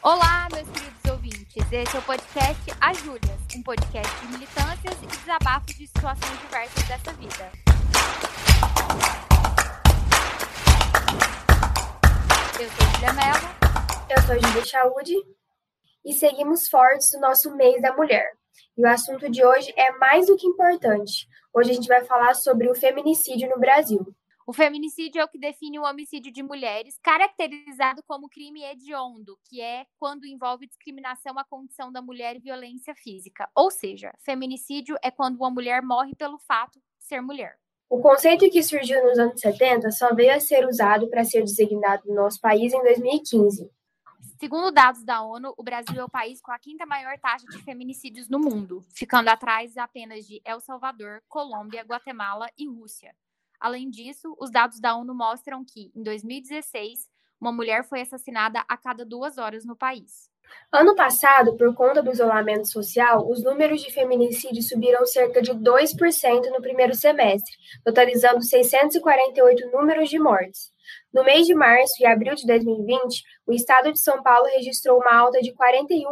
Olá, meus queridos ouvintes. Esse é o podcast As Júlias, um podcast de militâncias e desabafos de situações diversas dessa vida. Eu sou Julia Mello. Eu sou Julia Chaude. E seguimos fortes no nosso mês da mulher. E o assunto de hoje é mais do que importante. Hoje a gente vai falar sobre o feminicídio no Brasil. O feminicídio é o que define o homicídio de mulheres, caracterizado como crime hediondo, que é quando envolve discriminação à condição da mulher e violência física. Ou seja, feminicídio é quando uma mulher morre pelo fato de ser mulher. O conceito que surgiu nos anos 70 só veio a ser usado para ser designado no nosso país em 2015. Segundo dados da ONU, o Brasil é o país com a quinta maior taxa de feminicídios no mundo, ficando atrás apenas de El Salvador, Colômbia, Guatemala e Rússia. Além disso, os dados da ONU mostram que, em 2016, uma mulher foi assassinada a cada 2 horas no país. Ano passado, por conta do isolamento social, os números de feminicídio subiram cerca de 2% no primeiro semestre, totalizando 648 números de mortes. No mês de março e abril de 2020, o estado de São Paulo registrou uma alta de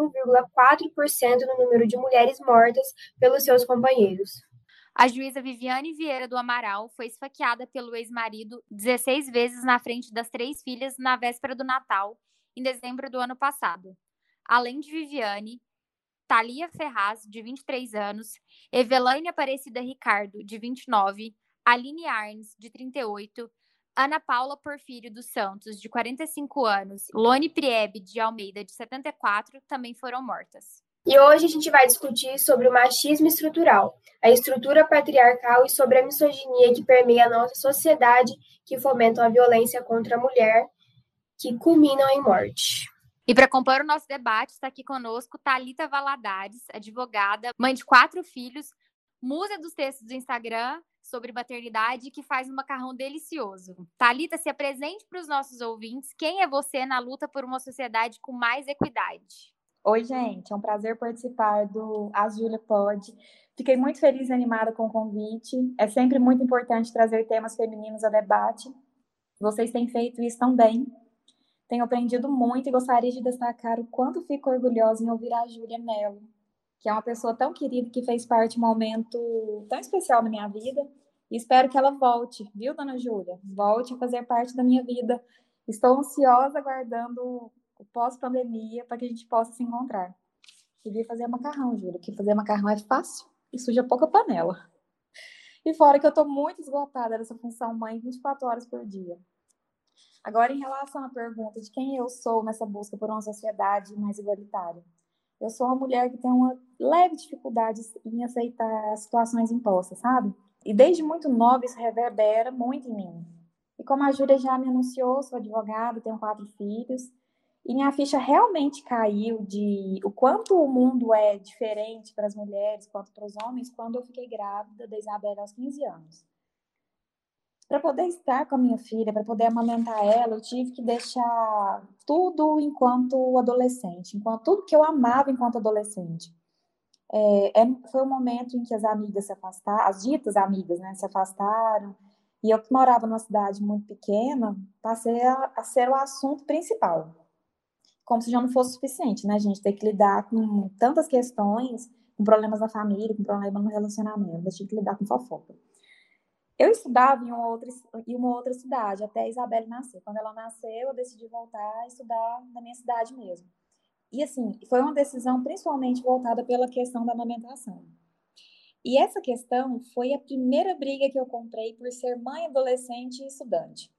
41,4% no número de mulheres mortas pelos seus companheiros. A juíza Viviane Vieira do Amaral foi esfaqueada pelo ex-marido 16 vezes na frente das 3 filhas na véspera do Natal, em dezembro do ano passado. Além de Viviane, Thalia Ferraz, de 23 anos, Evelane Aparecida Ricardo, de 29, Aline Arnes, de 38, Ana Paula Porfírio dos Santos, de 45 anos, Lone Priebe de Almeida, de 74, também foram mortas. E hoje a gente vai discutir sobre o machismo estrutural, a estrutura patriarcal e sobre a misoginia que permeia a nossa sociedade, que fomentam a violência contra a mulher, que culminam em morte. E para compor o nosso debate, está aqui conosco Thalita Valadares, advogada, mãe de 4 filhos, musa dos textos do Instagram sobre maternidade, que faz um macarrão delicioso. Thalita, se apresente para os nossos ouvintes. Quem é você na luta por uma sociedade com mais equidade? Oi, gente, é um prazer participar do As Júlia Pod. Fiquei muito feliz e animada com o convite. É sempre muito importante trazer temas femininos a debate. Vocês têm feito isso tão bem. Tenho aprendido muito e gostaria de destacar o quanto fico orgulhosa em ouvir a Júlia Mello, que é uma pessoa tão querida que fez parte de um momento tão especial na minha vida. E espero que ela volte, viu, dona Júlia? Volte a fazer parte da minha vida. Estou ansiosa aguardando o pós-pandemia para que a gente possa se encontrar. Queria fazer macarrão, Júlia, que fazer macarrão é fácil e suja pouca panela. E fora que eu estou muito esgotada dessa função mãe 24 horas por dia. Agora, em relação à pergunta de quem eu sou nessa busca por uma sociedade mais igualitária. Eu sou uma mulher que tem uma leve dificuldade em aceitar situações impostas, sabe? E desde muito nova isso reverbera muito em mim. E como a Júlia já me anunciou, sou advogada, tenho 4 filhos. E minha ficha realmente caiu de o quanto o mundo é diferente para as mulheres quanto para os homens quando eu fiquei grávida da Isabela aos 15 anos. Para poder estar com a minha filha, para poder amamentar ela, eu tive que deixar tudo enquanto adolescente, enquanto tudo que eu amava enquanto adolescente. Foi um momento em que as amigas se afastaram, as ditas amigas, né, se afastaram, e eu que morava numa cidade muito pequena, passei a ser o assunto principal. Como se já não fosse suficiente, né, gente? Ter que lidar com tantas questões, com problemas na família, com problemas no relacionamento, eu tive que lidar com fofoca. Eu estudava em uma outra cidade, até a Isabelle nascer. Quando ela nasceu, eu decidi voltar a estudar na minha cidade mesmo. E, assim, foi uma decisão principalmente voltada pela questão da amamentação. E essa questão foi a primeira briga que eu comprei por ser mãe, adolescente e estudante.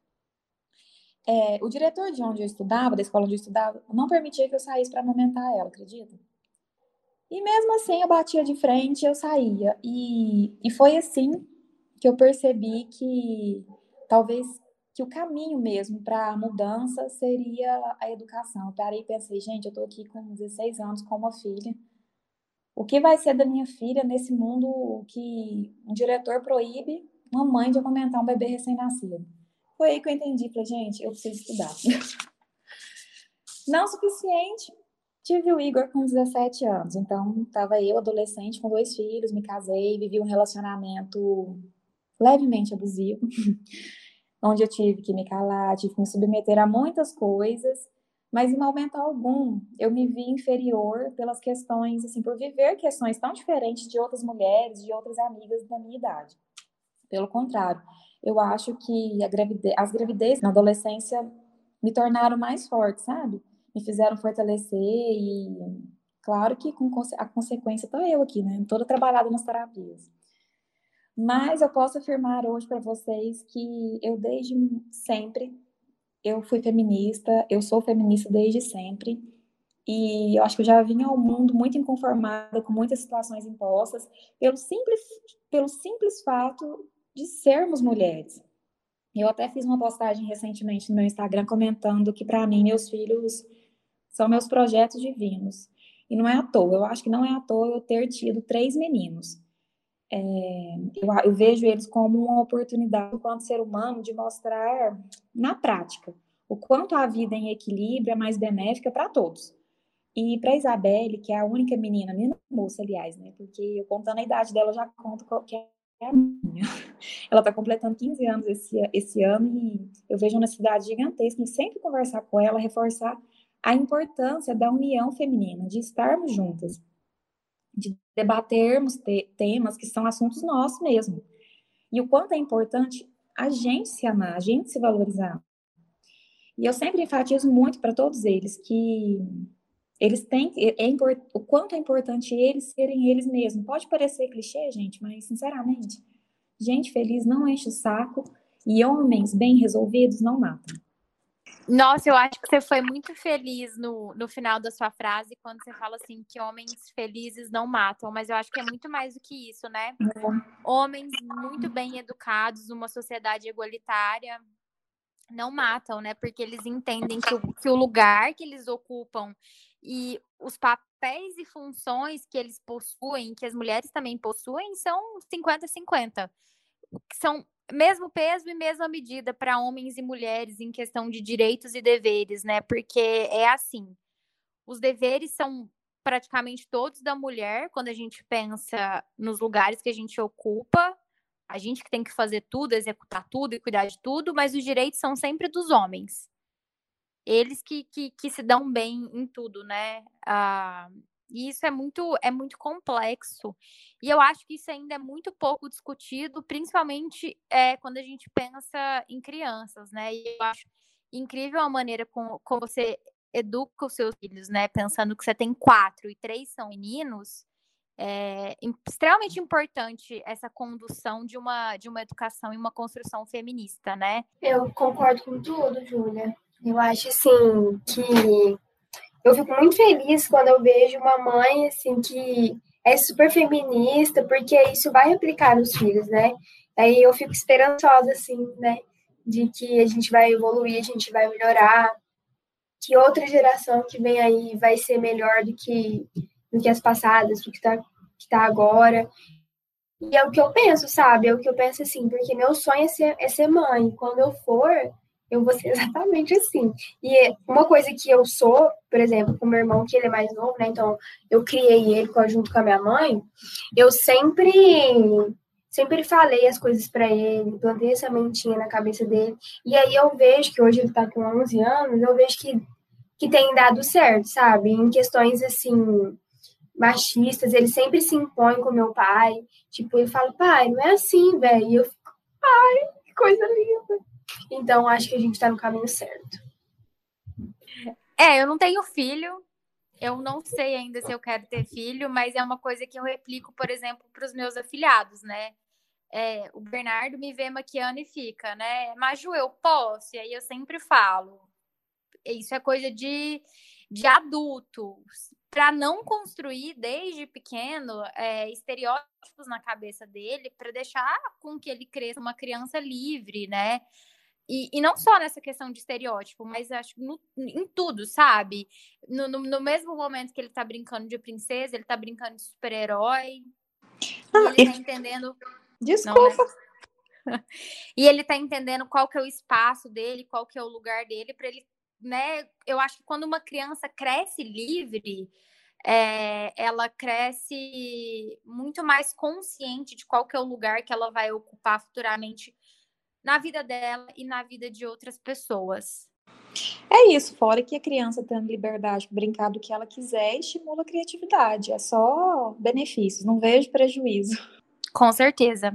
O diretor de onde eu estudava, da escola onde eu estudava, não permitia que eu saísse para amamentar ela, acredita? E mesmo assim eu batia de frente, eu saía. E foi assim que eu percebi que talvez que o caminho mesmo para a mudança seria a educação. Eu parei e pensei, gente, eu estou aqui com 16 anos com uma filha. O que vai ser da minha filha nesse mundo que um diretor proíbe uma mãe de amamentar um bebê recém-nascido? Foi aí que eu entendi, falei, gente, eu preciso estudar. Não o suficiente, tive o Igor com 17 anos, então estava eu, adolescente, com 2 filhos, me casei, vivi um relacionamento levemente abusivo, onde eu tive que me calar, tive que me submeter a muitas coisas, Mas em momento algum eu me vi inferior pelas questões, assim, por viver questões tão diferentes de outras mulheres, de outras amigas da minha idade. Pelo contrário, eu acho que as gravidez na adolescência me tornaram mais forte, sabe? Me fizeram fortalecer e, claro que a consequência estou eu aqui, né? Toda trabalhada nas terapias. Mas eu posso afirmar hoje para vocês que eu desde sempre eu fui feminista, eu sou feminista desde sempre. E eu acho que eu já vinha ao mundo muito inconformada, com muitas situações impostas, pelo simples fato de sermos mulheres. Eu até fiz uma postagem recentemente no meu Instagram comentando que, para mim, meus filhos são meus projetos divinos. E não é à toa, eu acho que não é à toa eu ter tido 3 meninos. Eu vejo eles como uma oportunidade, enquanto ser humano, de mostrar na prática o quanto a vida em equilíbrio é mais benéfica para todos. E para a Isabelle, que é a única menina moça, aliás, né? Porque eu contando a idade dela, eu já conto qual que é a minha. Ela está completando 15 anos esse ano e eu vejo uma necessidade gigantesca em sempre conversar com ela, reforçar a importância da união feminina, de estarmos juntas, de debatermos temas que são assuntos nossos mesmo. E o quanto é importante a gente se amar, a gente se valorizar. E eu sempre enfatizo muito para todos eles que eles têm, o quanto é importante eles serem eles mesmos. Pode parecer clichê, gente, mas sinceramente, gente feliz não enche o saco e homens bem resolvidos não matam. Nossa, eu acho que você foi muito feliz no final da sua frase, quando você fala assim que homens felizes não matam, mas eu acho que é muito mais do que isso, né? Homens muito bem educados, uma sociedade igualitária, não matam, né? Porque eles entendem que o lugar que eles ocupam e os papéis e funções que eles possuem, que as mulheres também possuem, são 50-50. São mesmo peso e mesma medida para homens e mulheres em questão de direitos e deveres, né? Porque é assim, os deveres são praticamente todos da mulher, quando a gente pensa nos lugares que a gente ocupa, a gente que tem que fazer tudo, executar tudo e cuidar de tudo, mas os direitos são sempre dos homens. Eles que se dão bem em tudo, né? E isso é muito complexo. E eu acho que isso ainda é muito pouco discutido, principalmente quando a gente pensa em crianças, né? E eu acho incrível a maneira como você educa os seus filhos, né? Pensando que você tem 4 e 3 são meninos. É extremamente importante essa condução de uma educação e uma construção feminista, né? Eu concordo com tudo, Júlia. Eu acho, assim, que eu fico muito feliz quando eu vejo uma mãe, assim, que é super feminista, porque isso vai replicar nos filhos, né? Aí eu fico esperançosa, assim, né? De que a gente vai evoluir, a gente vai melhorar, que outra geração que vem aí vai ser melhor do que as passadas, do que tá agora. E é o que eu penso, sabe? É o que eu penso assim, porque meu sonho é ser mãe. Quando eu for, eu vou ser exatamente assim. E uma coisa que eu sou, por exemplo, com meu irmão, que ele é mais novo, né? Então, eu criei ele junto com a minha mãe. Eu sempre falei as coisas para ele, plantei essa sementinha na cabeça dele. E aí eu vejo que hoje ele tá com 11 anos, eu vejo que tem dado certo, sabe? Em questões assim machistas, ele sempre se impõe com meu pai. Tipo, ele fala, pai, não é assim, velho. E eu fico, ai, que coisa linda. Então, acho que a gente tá no caminho certo. Eu não tenho filho, eu não sei ainda se eu quero ter filho, mas é uma coisa que eu replico, por exemplo, para os meus afilhados, né? O Bernardo me vê maquiando e fica, né? Maju, eu posso? E aí eu sempre falo. Isso é coisa de adulto. Para não construir desde pequeno estereótipos na cabeça dele, para deixar com que ele cresça uma criança livre, né? E não só nessa questão de estereótipo, mas acho que em tudo, sabe? No mesmo momento que ele tá brincando de princesa, ele tá brincando de super-herói. E ele tá entendendo. Desculpa. Não, né? E ele tá entendendo qual que é o espaço dele, qual que é o lugar dele, para ele, né? Eu acho que quando uma criança cresce livre, ela cresce muito mais consciente de qual que é o lugar que ela vai ocupar futuramente na vida dela e na vida de outras pessoas. É isso, fora que a criança tendo liberdade para brincar do que ela quiser, estimula a criatividade. É só benefícios, não vejo prejuízo. Com certeza.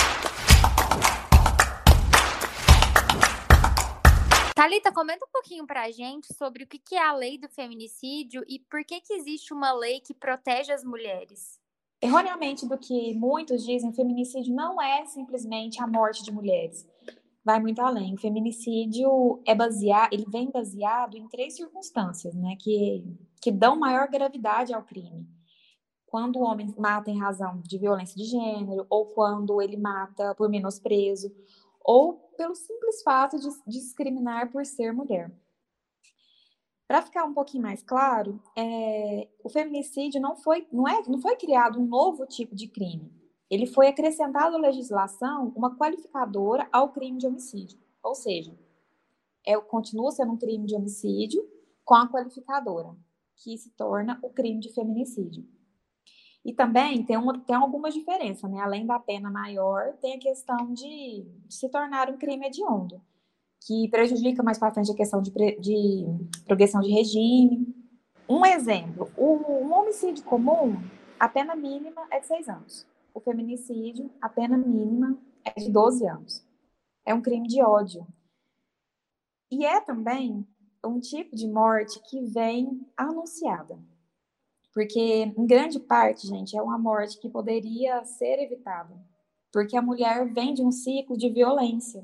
Thalita, comenta um pouquinho pra gente sobre o que é a lei do feminicídio e por que existe uma lei que protege as mulheres. Erroneamente do que muitos dizem, feminicídio não é simplesmente a morte de mulheres. Vai muito além. O feminicídio ele vem baseado em 3 circunstâncias, né, que dão maior gravidade ao crime. Quando o homem mata em razão de violência de gênero, ou quando ele mata por menosprezo, ou pelo simples fato de discriminar por ser mulher. Para ficar um pouquinho mais claro, o feminicídio não foi criado um novo tipo de crime. Ele foi acrescentado à legislação uma qualificadora ao crime de homicídio. Ou seja, continua sendo um crime de homicídio com a qualificadora, que se torna o crime de feminicídio. E também tem algumas diferenças, né? Além da pena maior, tem a questão de se tornar um crime hediondo, que prejudica mais para frente a questão de progressão de regime. Um exemplo, um homicídio comum, a pena mínima é de 6 anos. O feminicídio, a pena mínima é de 12 anos. É um crime de ódio. E é também um tipo de morte que vem anunciada. Porque, em grande parte, gente, é uma morte que poderia ser evitada. Porque a mulher vem de um ciclo de violência.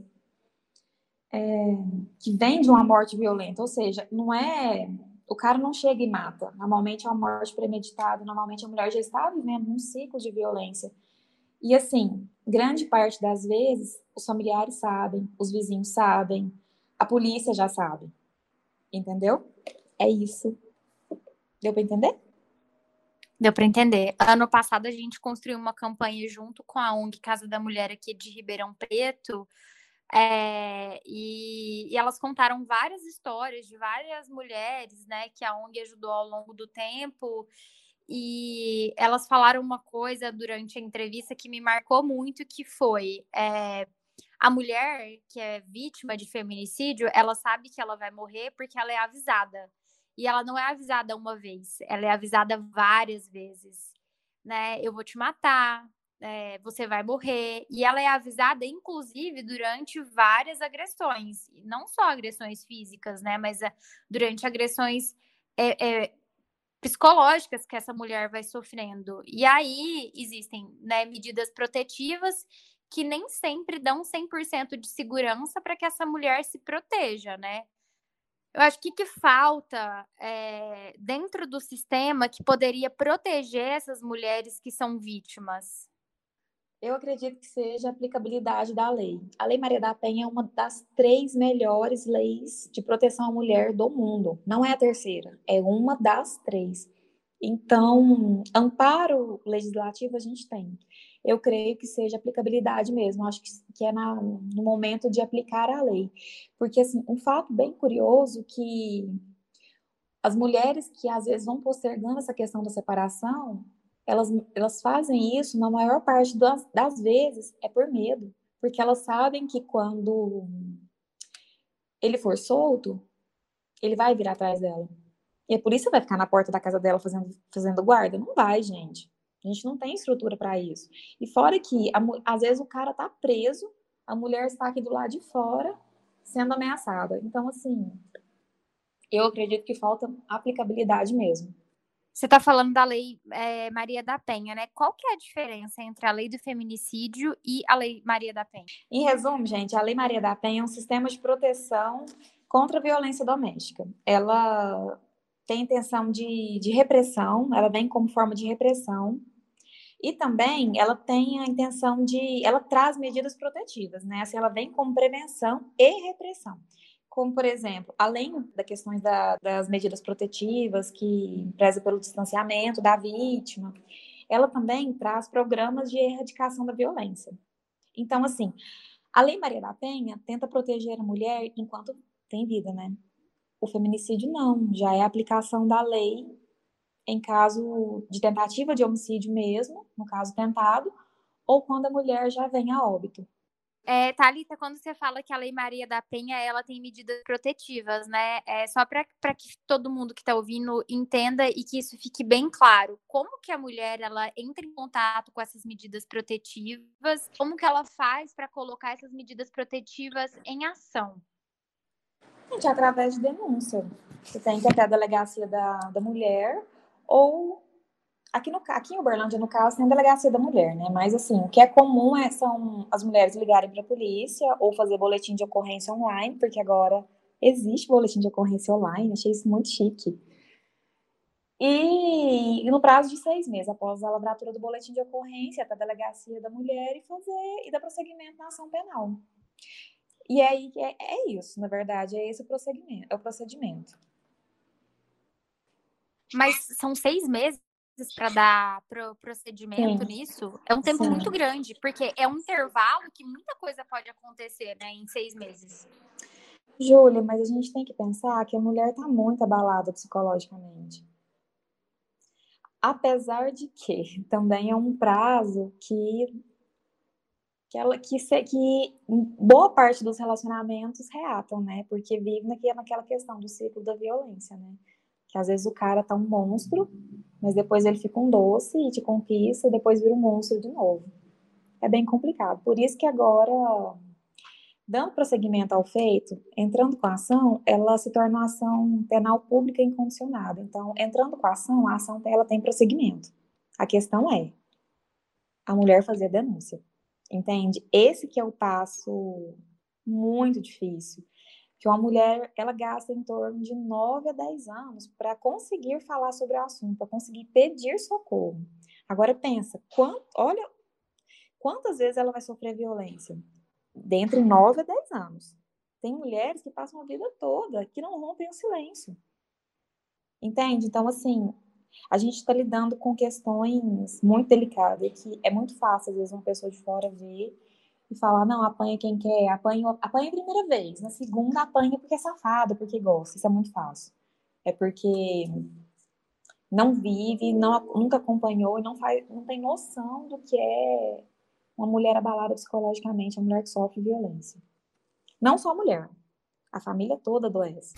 Que vem de uma morte violenta. Ou seja, o cara não chega e mata. Normalmente é uma morte premeditada. Normalmente a mulher já está vivendo um ciclo de violência. E, assim, grande parte das vezes, os familiares sabem, os vizinhos sabem, a polícia já sabe. Entendeu? É isso. Deu para entender? Deu para entender. Ano passado a gente construiu uma campanha junto com a ONG Casa da Mulher aqui de Ribeirão Preto, e elas contaram várias histórias de várias mulheres, né, que a ONG ajudou ao longo do tempo, e elas falaram uma coisa durante a entrevista que me marcou muito, que foi a mulher que é vítima de feminicídio, ela sabe que ela vai morrer porque ela é avisada. E ela não é avisada uma vez, ela é avisada várias vezes, né? Eu vou te matar, você vai morrer. E ela é avisada, inclusive, durante várias agressões. Não só agressões físicas, né? Mas durante agressões psicológicas que essa mulher vai sofrendo. E aí existem, né, medidas protetivas que nem sempre dão 100% de segurança para que essa mulher se proteja, né? Eu acho que falta dentro do sistema que poderia proteger essas mulheres que são vítimas. Eu acredito que seja a aplicabilidade da lei. A Lei Maria da Penha é uma das 3 melhores leis de proteção à mulher do mundo. Não é a terceira, é uma das 3. Então, amparo legislativo a gente tem. Eu creio que seja aplicabilidade mesmo. Acho que é no momento de aplicar a lei. Porque, assim, um fato bem curioso que as mulheres que às vezes vão postergando essa questão da separação, elas fazem isso, na maior parte das vezes, é por medo. Porque elas sabem que quando ele for solto, ele vai vir atrás dela. E a polícia vai ficar na porta da casa dela fazendo guarda? Não vai, gente. A gente não tem estrutura para isso. E fora que, às vezes, o cara tá preso, a mulher está aqui do lado de fora, sendo ameaçada. Então, assim, eu acredito que falta aplicabilidade mesmo. Você está falando da Lei Maria da Penha, né? Qual que é a diferença entre a Lei do Feminicídio e a Lei Maria da Penha? Em resumo, gente, a Lei Maria da Penha é um sistema de proteção contra a violência doméstica. Ela tem intenção de repressão, ela vem como forma de repressão. E também ela tem a intenção ela traz medidas protetivas, né? Assim, ela vem como prevenção e repressão. Como, por exemplo, além das questões das medidas protetivas, que preza pelo distanciamento da vítima, ela também traz programas de erradicação da violência. Então, assim, a Lei Maria da Penha tenta proteger a mulher enquanto tem vida, né? O feminicídio não, já é a aplicação da lei em caso de tentativa de homicídio mesmo, no caso tentado, ou quando a mulher já vem a óbito. Thalita, quando você fala que a Lei Maria da Penha, ela tem medidas protetivas, né? Só para que todo mundo que está ouvindo entenda e que isso fique bem claro. Como que a mulher, ela entra em contato com essas medidas protetivas? Como que ela faz para colocar essas medidas protetivas em ação? Gente, através de denúncia. Você tem que ir até a delegacia da mulher ou... Aqui em Uberlândia, no caso, tem a delegacia da mulher, né? Mas, assim, o que é comum são as mulheres ligarem para a polícia ou fazer boletim de ocorrência online, porque agora existe boletim de ocorrência online, achei isso muito chique. E no prazo de 6 meses, após a lavratura do boletim de ocorrência, para a delegacia da mulher e dar prosseguimento na ação penal. E aí é isso, na verdade, é esse o procedimento. Mas são 6 meses para dar procedimento nisso? É um tempo muito grande, porque é um intervalo que muita coisa pode acontecer, né, em 6 meses. Júlia, mas a gente tem que pensar que a mulher está muito abalada psicologicamente. Apesar de que também é um prazo que boa parte dos relacionamentos reatam, né? Porque vive naquela questão do ciclo da violência, né? Que às vezes o cara tá um monstro, mas depois ele fica um doce e te conquista, e depois vira um monstro de novo. É bem complicado. Por isso que agora, dando prosseguimento ao feito, entrando com a ação, ela se torna uma ação penal pública incondicionada. Então, entrando com a ação ela tem prosseguimento. A questão é a mulher fazer a denúncia. Entende? Esse que é o passo muito difícil. Que uma mulher, ela gasta em torno de 9 a 10 anos para conseguir falar sobre o assunto, para conseguir pedir socorro. Agora pensa, olha quantas vezes ela vai sofrer violência? Dentre 9 a 10 anos. Tem mulheres que passam a vida toda que não rompem o silêncio. Entende? Então, assim, a gente está lidando com questões muito delicadas, que é muito fácil, às vezes, uma pessoa de fora ver e falar, não, apanha quem quer, apanha a primeira vez, na segunda apanha porque é safado, porque gosta, isso é muito fácil. É porque não vive, nunca acompanhou e não tem noção do que é uma mulher abalada psicologicamente, uma mulher que sofre violência. Não só a mulher, a família toda adoece.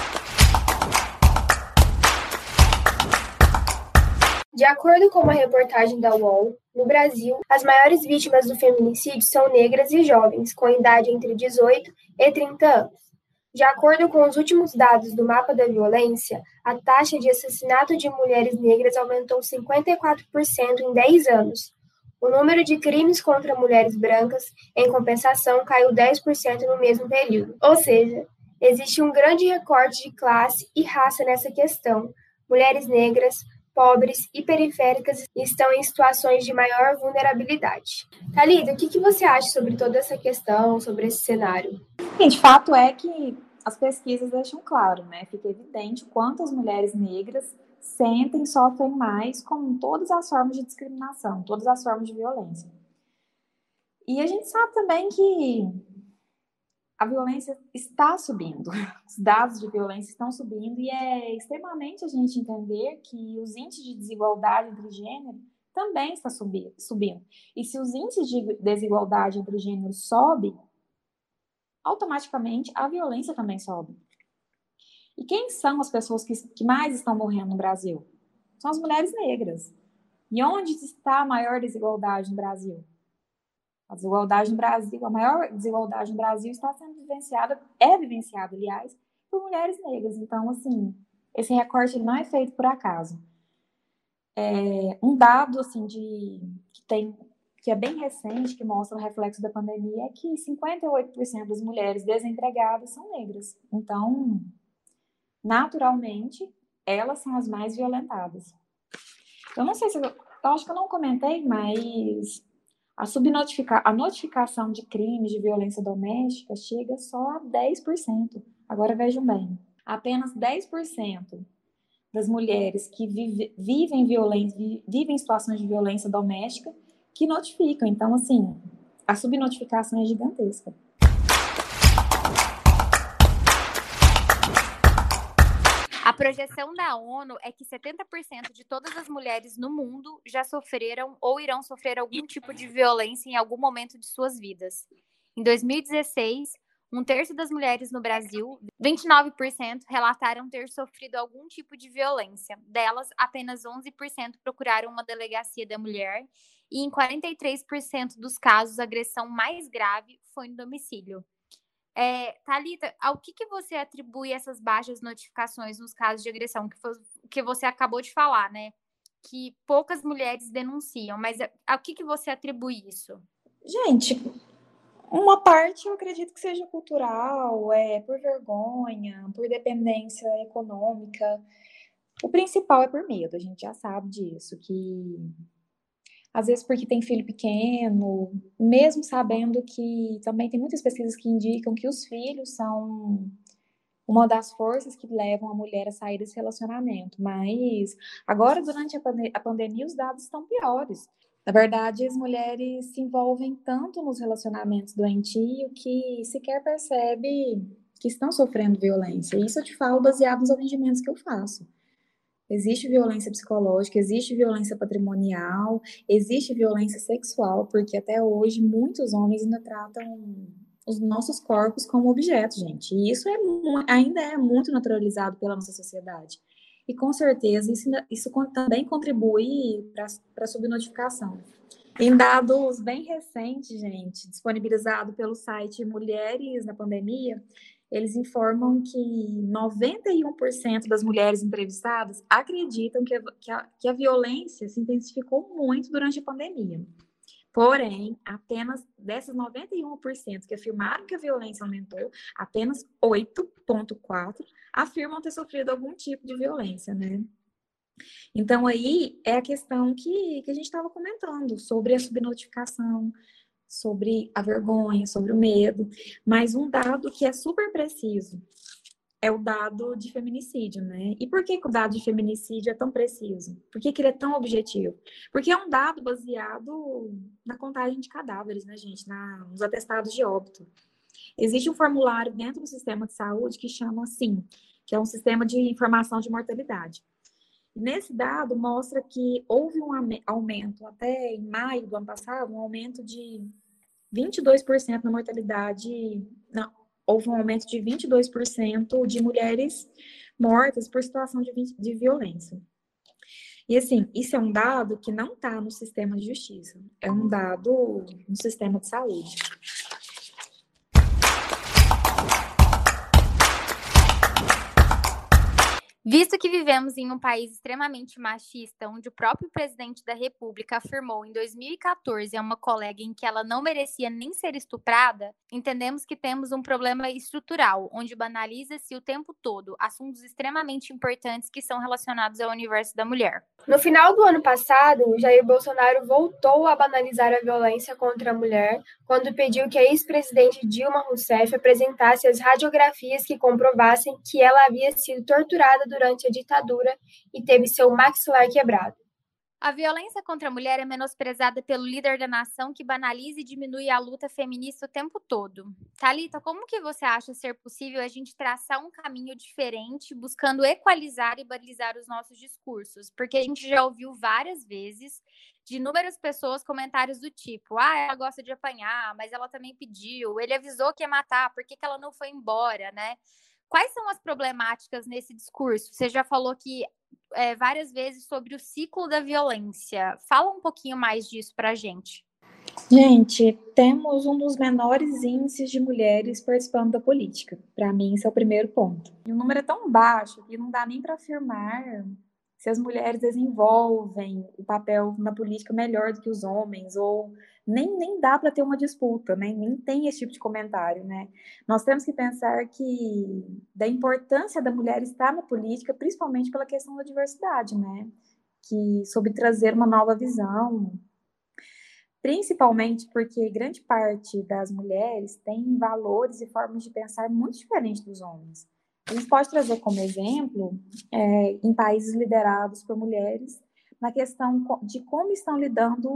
De acordo com uma reportagem da UOL, no Brasil, as maiores vítimas do feminicídio são negras e jovens, com idade entre 18 e 30 anos. De acordo com os últimos dados do Mapa da Violência, a taxa de assassinato de mulheres negras aumentou 54% em 10 anos. O número de crimes contra mulheres brancas, em compensação, caiu 10% no mesmo período. Ou seja, existe um grande recorte de classe e raça nessa questão. Mulheres negras, pobres e periféricas estão em situações de maior vulnerabilidade. Thalita, o que você acha sobre toda essa questão, sobre esse cenário? Gente, fato é que as pesquisas deixam claro, né? Fica evidente o quanto as mulheres negras sentem e sofrem mais com todas as formas de discriminação, todas as formas de violência. E a gente sabe também que a violência está subindo, os dados de violência estão subindo e é extremamente a gente entender que os índices de desigualdade entre gênero também está subindo. E se os índices de desigualdade entre gêneros sobem, automaticamente a violência também sobe. E quem são as pessoas que mais estão morrendo no Brasil? São as mulheres negras. E onde está a maior desigualdade no Brasil? A desigualdade no Brasil, a maior desigualdade no Brasil está sendo vivenciada, aliás, por mulheres negras. Então, assim, esse recorte ele não é feito por acaso. Um dado, assim, que é bem recente, que mostra o reflexo da pandemia, é que 58% das mulheres desempregadas são negras. Então, naturalmente, elas são as mais violentadas. Eu não sei se eu acho que eu não comentei, mas a notificação de crimes de violência doméstica chega só a 10%. Agora vejam bem, apenas 10% das mulheres que vivem em situações de violência doméstica que notificam. Então, assim, a subnotificação é gigantesca. A projeção da ONU é que 70% de todas as mulheres no mundo já sofreram ou irão sofrer algum tipo de violência em algum momento de suas vidas. Em 2016, um terço das mulheres no Brasil, 29%, relataram ter sofrido algum tipo de violência. Delas, apenas 11% procuraram uma delegacia da mulher e em 43% dos casos, a agressão mais grave foi no domicílio. Thalita, ao que você atribui essas baixas notificações nos casos de agressão que você acabou de falar, né? Que poucas mulheres denunciam, mas ao que você atribui isso? Gente, uma parte eu acredito que seja cultural, por vergonha, por dependência econômica. O principal é por medo, a gente já sabe disso, que às vezes porque tem filho pequeno, mesmo sabendo que também tem muitas pesquisas que indicam que os filhos são uma das forças que levam a mulher a sair desse relacionamento. Mas agora, durante a pandemia, os dados estão piores. Na verdade, as mulheres se envolvem tanto nos relacionamentos doentios que sequer percebe que estão sofrendo violência. Isso eu te falo baseado nos atendimentos que eu faço. Existe violência psicológica, existe violência patrimonial, existe violência sexual, porque até hoje muitos homens ainda tratam os nossos corpos como objetos, gente. E isso ainda é muito naturalizado pela nossa sociedade. E com certeza isso também contribui para a subnotificação. Em dados bem recentes, gente, disponibilizado pelo site Mulheres na Pandemia, eles informam que 91% das mulheres entrevistadas acreditam que a violência se intensificou muito durante a pandemia. Porém, apenas dessas 91% que afirmaram que a violência aumentou, apenas 8,4% afirmam ter sofrido algum tipo de violência, né? Então, aí é a questão que a gente estava comentando sobre a subnotificação, sobre a vergonha, sobre o medo, mas um dado que é super preciso é o dado de feminicídio, né? E por que o dado de feminicídio é tão preciso? Por que ele é tão objetivo? Porque é um dado baseado na contagem de cadáveres, né, gente? Nos atestados de óbito. Existe um formulário dentro do sistema de saúde que chama SIM, que é um sistema de informação de mortalidade. Nesse dado, mostra que houve um aumento, até em maio do ano passado, um aumento de 22% na mortalidade. Não, houve um aumento de 22% de mulheres mortas por situação de violência. E assim, isso é um dado que não está no sistema de justiça, é um dado no sistema de saúde. Visto que vivemos em um país extremamente machista, onde o próprio presidente da República afirmou em 2014 a uma colega em que ela não merecia nem ser estuprada, entendemos que temos um problema estrutural, onde banaliza-se o tempo todo assuntos extremamente importantes que são relacionados ao universo da mulher. No final do ano passado, Jair Bolsonaro voltou a banalizar a violência contra a mulher quando pediu que a ex-presidente Dilma Rousseff apresentasse as radiografias que comprovassem que ela havia sido torturada durante a ditadura e teve seu maxilar quebrado. A violência contra a mulher é menosprezada pelo líder da nação que banaliza e diminui a luta feminista o tempo todo. Thalita, como que você acha ser possível a gente traçar um caminho diferente, buscando equalizar e balizar os nossos discursos? Porque a gente já ouviu várias vezes de inúmeras pessoas comentários do tipo: ela gosta de apanhar, mas ela também pediu, ele avisou que ia matar, por que ela não foi embora, né? Quais são as problemáticas nesse discurso? Você já falou que várias vezes sobre o ciclo da violência. Fala um pouquinho mais disso para a gente. Gente, temos um dos menores índices de mulheres participando da política. Para mim, esse é o primeiro ponto. E o número é tão baixo que não dá nem para afirmar se as mulheres desenvolvem o papel na política melhor do que os homens, ou nem dá para ter uma disputa, né? Nem tem esse tipo de comentário, né? Nós temos que pensar que da importância da mulher estar na política, principalmente pela questão da diversidade, né? Que sobre trazer uma nova visão, principalmente porque grande parte das mulheres tem valores e formas de pensar muito diferentes dos homens. A gente pode trazer como exemplo, em países liderados por mulheres, na questão de como estão lidando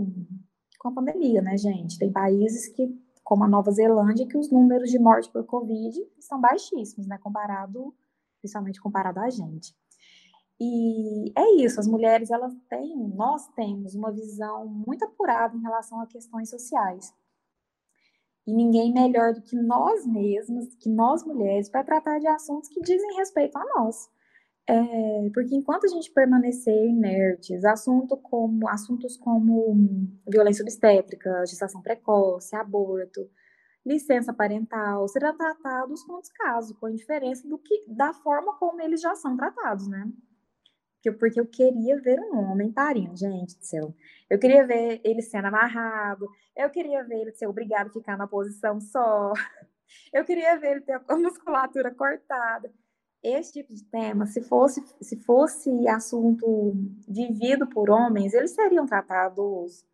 com a pandemia, né, gente? Tem países como a Nova Zelândia, que os números de morte por Covid são baixíssimos, né, principalmente comparado a gente. E é isso, as mulheres, nós temos uma visão muito apurada em relação a questões sociais. E ninguém melhor do que nós mesmas, que nós mulheres, para tratar de assuntos que dizem respeito a nós. Porque enquanto a gente permanecer inertes, assuntos como violência obstétrica, gestação precoce, aborto, licença parental, serão tratados com descaso, com indiferença da forma como eles já são tratados, né? Porque eu queria ver um homem parindo, gente do céu. Eu queria ver ele sendo amarrado, eu queria ver ele ser obrigado a ficar na posição só, eu queria ver ele ter a musculatura cortada. Esse tipo de tema, se fosse assunto vivido por homens, eles seriam tratados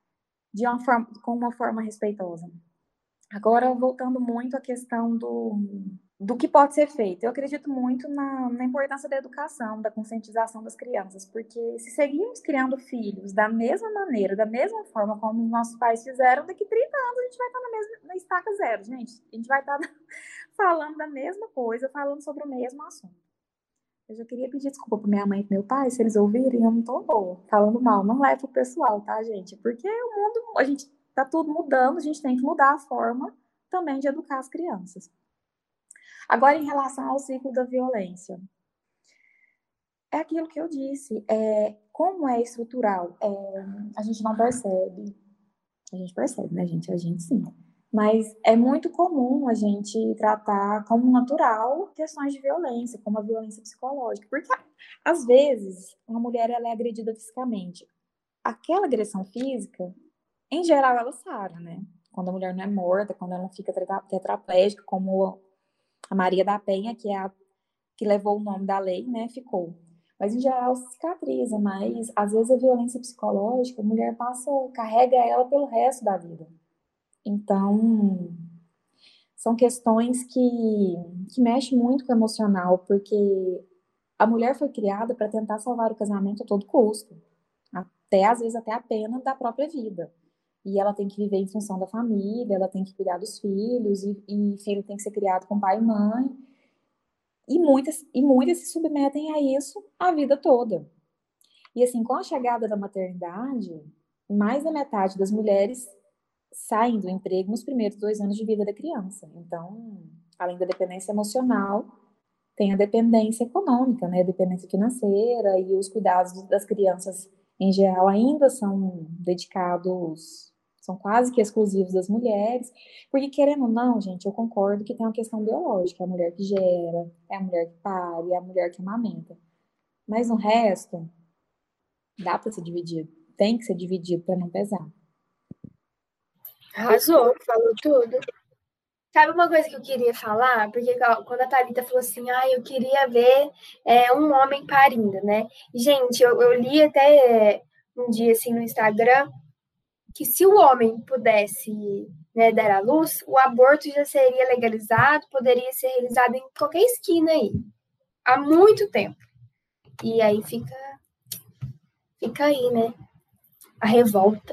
com uma forma respeitosa. Agora, voltando muito à questão do que pode ser feito. Eu acredito muito na importância da educação, da conscientização das crianças, porque se seguirmos criando filhos da mesma maneira, da mesma forma como os nossos pais fizeram, daqui 30 anos a gente vai estar na estaca zero, gente. A gente vai estar falando da mesma coisa, falando sobre o mesmo assunto. Eu já queria pedir desculpa para minha mãe e pro meu pai, se eles ouvirem, eu não tô boa, falando mal. Não leve pro pessoal, tá, gente? Porque o mundo, a gente tá tudo mudando, a gente tem que mudar a forma também de educar as crianças. Agora, em relação ao ciclo da violência, é aquilo que eu disse, como é estrutural, a gente não percebe, a gente percebe, né, gente? A gente sim. Mas é muito comum a gente tratar como natural questões de violência, como a violência psicológica. Porque, às vezes, uma mulher ela é agredida fisicamente. Aquela agressão física, em geral, ela sara, né? Quando a mulher não é morta, quando ela não fica tetraplégica, como a Maria da Penha, que é a que levou o nome da lei, né, ficou. Mas, em geral, cicatriza. Mas, às vezes, a violência psicológica, a mulher carrega ela pelo resto da vida. Então, são questões que mexem muito com o emocional, porque a mulher foi criada para tentar salvar o casamento a todo custo, às vezes até a pena da própria vida. E ela tem que viver em função da família, ela tem que cuidar dos filhos, e filho tem que ser criado com pai e mãe. E muitas se submetem a isso a vida toda. E assim, com a chegada da maternidade, mais da metade das mulheres saem do emprego nos primeiros 2 anos de vida da criança. Então, além da dependência emocional, tem a dependência econômica, né? A dependência financeira e os cuidados das crianças, em geral, ainda são dedicados, são quase que exclusivos das mulheres. Porque, querendo ou não, gente, eu concordo que tem uma questão biológica. É a mulher que gera, é a mulher que pare, é a mulher que amamenta. Mas no resto, dá para ser dividido. Tem que ser dividido para não pesar. Arrasou, falou tudo. Sabe uma coisa que eu queria falar? Porque quando a Thalita falou assim, eu queria ver um homem parindo, né? Gente, eu li até um dia assim no Instagram que se o homem pudesse, né, dar à luz, o aborto já seria legalizado, poderia ser realizado em qualquer esquina aí, há muito tempo. E aí fica aí, né? A revolta.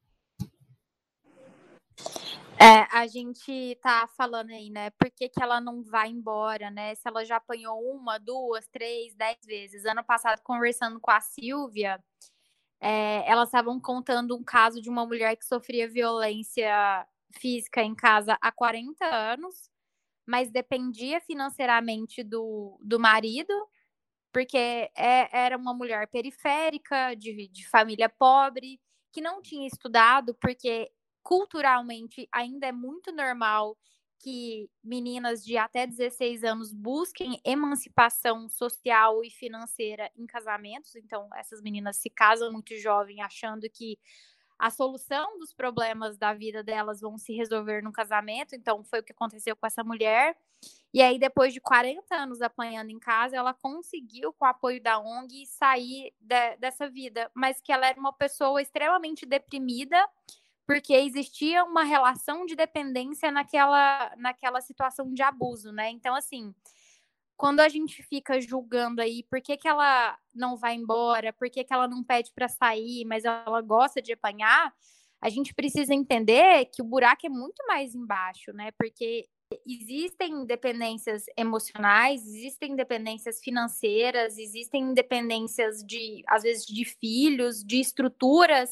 A gente tá falando aí, né? Por que ela não vai embora, né? Se ela já apanhou 1, 2, 3, 10 vezes. Ano passado, conversando com a Silvia, elas estavam contando um caso de uma mulher que sofria violência física em casa há 40 anos, mas dependia financeiramente do marido, porque era uma mulher periférica, de família pobre, que não tinha estudado, porque culturalmente ainda é muito normal que meninas de até 16 anos busquem emancipação social e financeira em casamentos. Então, essas meninas se casam muito jovem, achando que a solução dos problemas da vida delas vão se resolver no casamento. Então, foi o que aconteceu com essa mulher. E aí, depois de 40 anos apanhando em casa, ela conseguiu, com o apoio da ONG, sair dessa vida. Mas que ela era uma pessoa extremamente deprimida, porque existia uma relação de dependência naquela situação de abuso, né? Então, assim, quando a gente fica julgando aí por que ela não vai embora, por que ela não pede para sair, mas ela gosta de apanhar, a gente precisa entender que o buraco é muito mais embaixo, né? Porque existem dependências emocionais, existem dependências financeiras, existem dependências às vezes, de filhos, de estruturas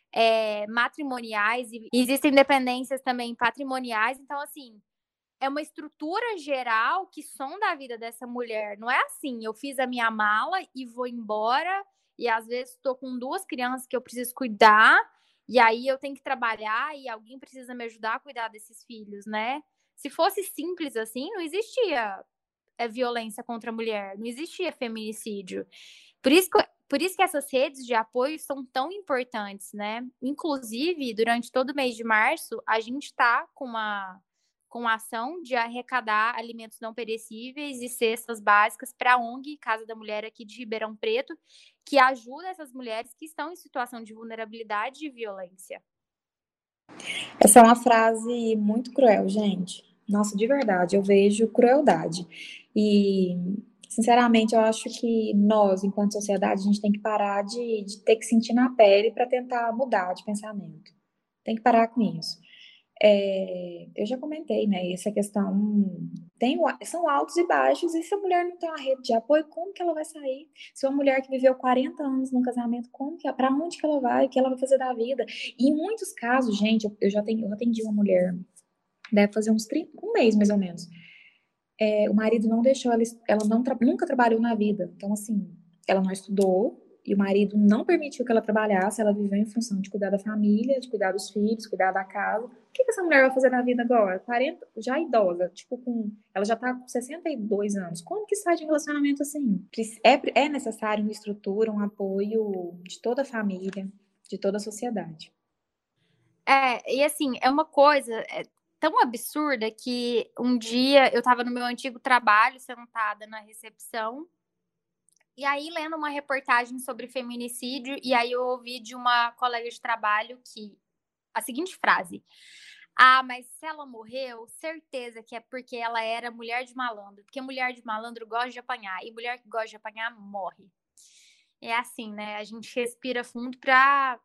matrimoniais, e existem dependências também patrimoniais. Então, assim, é uma estrutura geral que sonda a vida dessa mulher. Não é assim, eu fiz a minha mala e vou embora, e às vezes estou com 2 crianças que eu preciso cuidar, e aí eu tenho que trabalhar e alguém precisa me ajudar a cuidar desses filhos, né? Se fosse simples assim, não existia violência contra a mulher, não existia feminicídio. Por isso que essas redes de apoio são tão importantes, né? Inclusive, durante todo o mês de março, a gente está com a ação de arrecadar alimentos não perecíveis e cestas básicas para a ONG Casa da Mulher aqui de Ribeirão Preto, que ajuda essas mulheres que estão em situação de vulnerabilidade e violência. Essa é uma frase muito cruel, gente. Nossa, de verdade, eu vejo crueldade. E, sinceramente, eu acho que nós, enquanto sociedade, a gente tem que parar de ter que sentir na pele para tentar mudar de pensamento. Tem que parar com isso. Eu já comentei, né? Essa questão são altos e baixos, e se a mulher não tem uma rede de apoio, como que ela vai sair? Se uma mulher que viveu 40 anos num casamento, para onde que ela vai? O que ela vai fazer da vida? E em muitos casos, gente, eu atendi uma mulher, deve fazer um mês mais ou menos. O marido não deixou ela nunca trabalhou na vida. Então, assim, ela não estudou, e o marido não permitiu que ela trabalhasse, ela viveu em função de cuidar da família, de cuidar dos filhos, cuidar da casa. O que essa mulher vai fazer na vida agora? 40, já idosa, ela já tá com 62 anos. Como que sai de um relacionamento assim? É necessário uma estrutura, um apoio de toda a família, de toda a sociedade. E assim, é uma coisa tão absurda que um dia eu estava no meu antigo trabalho, sentada na recepção, e aí lendo uma reportagem sobre feminicídio, e aí eu ouvi de uma colega de trabalho a seguinte frase: ah, mas se ela morreu, certeza que é porque ela era mulher de malandro, porque mulher de malandro gosta de apanhar, e mulher que gosta de apanhar morre. É assim, né? A gente respira fundo pra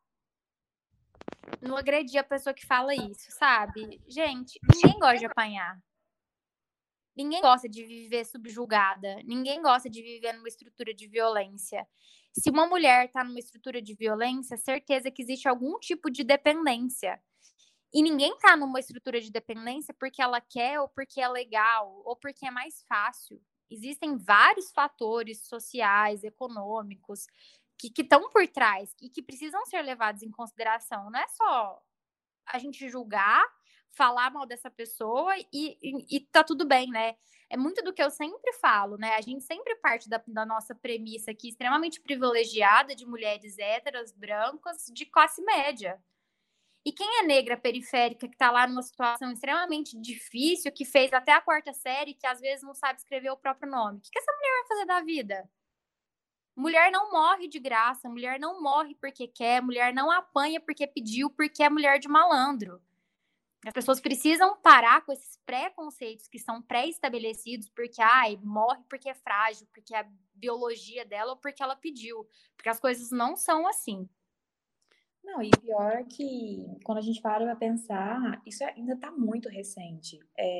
não agredir a pessoa que fala isso, sabe? Gente, ninguém gosta de apanhar. Ninguém gosta de viver subjugada. Ninguém gosta de viver numa estrutura de violência. Se uma mulher tá numa estrutura de violência, certeza que existe algum tipo de dependência. E ninguém tá numa estrutura de dependência porque ela quer, ou porque é legal, ou porque é mais fácil. Existem vários fatores sociais, econômicos, que estão por trás e que precisam ser levados em consideração. Não é só a gente julgar, falar mal dessa pessoa e tá tudo bem, né? É muito do que eu sempre falo, né? A gente sempre parte da nossa premissa aqui extremamente privilegiada de mulheres héteras, brancas, de classe média. E quem é negra periférica, que tá lá numa situação extremamente difícil, que fez até a 4ª série, que às vezes não sabe escrever o próprio nome, o que essa mulher vai fazer da vida? Mulher não morre de graça, mulher não morre porque quer, mulher não apanha porque pediu, porque é mulher de malandro. As pessoas precisam parar com esses preconceitos que são pré-estabelecidos, porque, morre porque é frágil, porque é a biologia dela ou porque ela pediu. Porque as coisas não são assim. Não, e pior é que quando a gente para pensar, isso ainda está muito recente.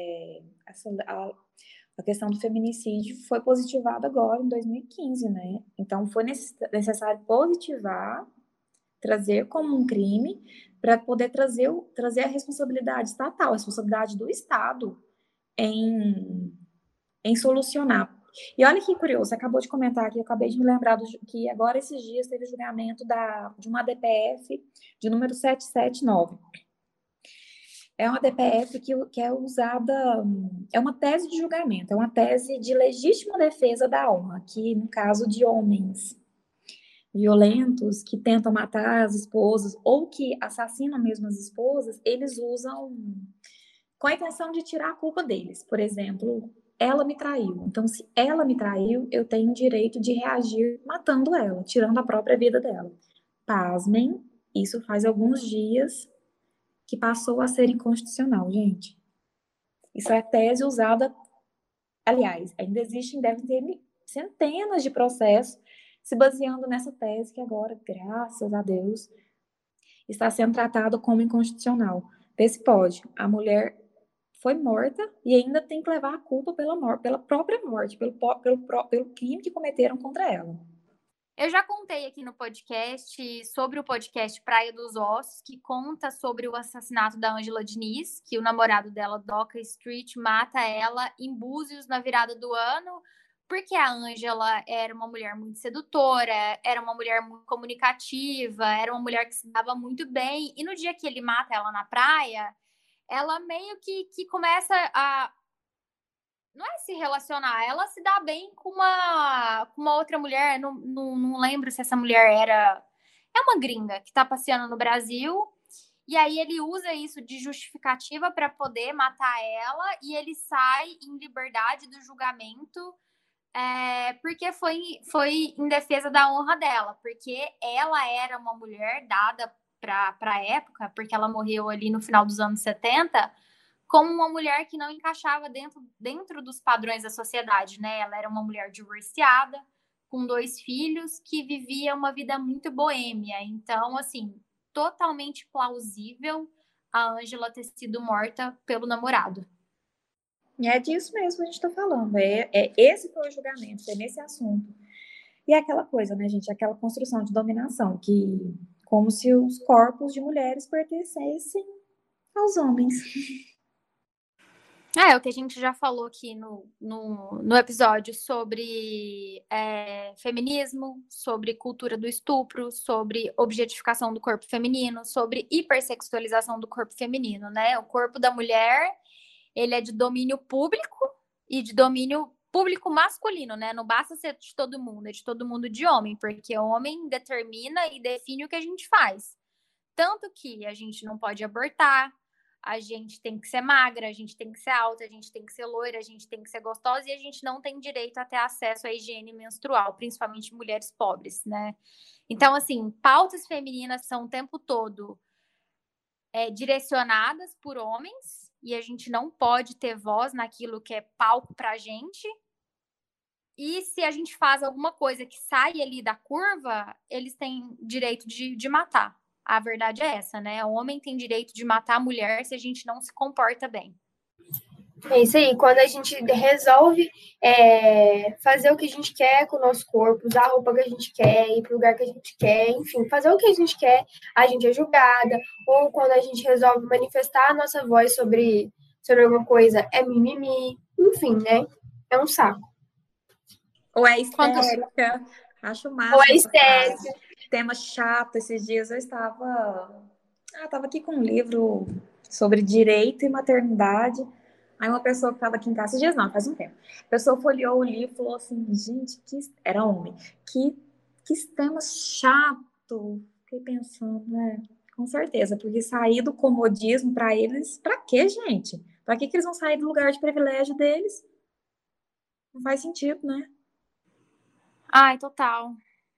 A questão do feminicídio foi positivada agora em 2015, né? Então foi necessário positivar, trazer como um crime, para poder trazer a responsabilidade estatal, a responsabilidade do Estado em solucionar. E olha que curioso, você acabou de comentar aqui, eu acabei de me lembrar que agora esses dias teve o julgamento de uma DPF de número 779. É uma DPF que é usada, é uma tese de julgamento, é uma tese de legítima defesa da honra, que no caso de homens violentos que tentam matar as esposas ou que assassinam mesmo as esposas, eles usam com a intenção de tirar a culpa deles. Por exemplo, ela me traiu. Então, se ela me traiu, eu tenho o direito de reagir matando ela, tirando a própria vida dela. Pasmem, isso faz alguns dias que passou a ser inconstitucional, gente. Isso é tese usada, aliás, ainda existem, devem ter centenas de processos se baseando nessa tese que agora, graças a Deus, está sendo tratada como inconstitucional. Vê se pode. A mulher foi morta e ainda tem que levar a culpa pela própria morte, pelo crime que cometeram contra ela. Eu já contei aqui no podcast sobre o podcast Praia dos Ossos, que conta sobre o assassinato da Ângela Diniz, que o namorado dela, Doca Street, mata ela em Búzios na virada do ano, porque a Ângela era uma mulher muito sedutora, era uma mulher muito comunicativa, era uma mulher que se dava muito bem, e no dia que ele mata ela na praia, ela meio que começa a não é se relacionar, ela se dá bem com uma outra mulher. Não lembro se essa mulher era. É uma gringa que tá passeando no Brasil. E aí ele usa isso de justificativa para poder matar ela. E ele sai em liberdade do julgamento. Porque foi em defesa da honra dela. Porque ela era uma mulher dada para a época, porque ela morreu ali no final dos anos 70 como uma mulher que não encaixava dentro dos padrões da sociedade, né? Ela era uma mulher divorciada, com 2 filhos, que vivia uma vida muito boêmia. Então, assim, totalmente plausível a Ângela ter sido morta pelo namorado. E é disso mesmo que a gente está falando. Esse foi o julgamento, é nesse assunto. E é aquela coisa, né, gente? Aquela construção de dominação, que como se os corpos de mulheres pertencessem aos homens. O que a gente já falou aqui no episódio sobre feminismo, sobre cultura do estupro, sobre objetificação do corpo feminino, sobre hipersexualização do corpo feminino, né? O corpo da mulher, ele é de domínio público e de domínio público masculino, né? Não basta ser de todo mundo, é de todo mundo de homem, porque o homem determina e define o que a gente faz. Tanto que a gente não pode abortar, a gente tem que ser magra, a gente tem que ser alta, a gente tem que ser loira, a gente tem que ser gostosa e a gente não tem direito a ter acesso à higiene menstrual, principalmente mulheres pobres, né? Então, assim, pautas femininas são o tempo todo direcionadas por homens e a gente não pode ter voz naquilo que é palco pra gente. E se a gente faz alguma coisa que sai ali da curva, eles têm direito de matar. A verdade é essa, né? O homem tem direito de matar a mulher se a gente não se comporta bem. É isso aí, quando a gente resolve fazer o que a gente quer com o nosso corpo, usar a roupa que a gente quer, ir para o lugar que a gente quer, enfim, fazer o que a gente quer, a gente é julgada, ou quando a gente resolve manifestar a nossa voz sobre alguma coisa, é mimimi, enfim, né? É um saco. Ou é histérica, acho Ou máximo é essa frase. histérica. Tema chato, esses dias eu estava aqui com um livro sobre direito e maternidade. Aí uma pessoa que estava aqui em casa, esses dias não, faz um tempo. A pessoa folheou o livro e falou assim, gente, era homem, que tema chato. Fiquei pensando, né? Com certeza, porque sair do comodismo para eles, para quê, gente? Para que eles vão sair do lugar de privilégio deles? Não faz sentido, né? Ai, total.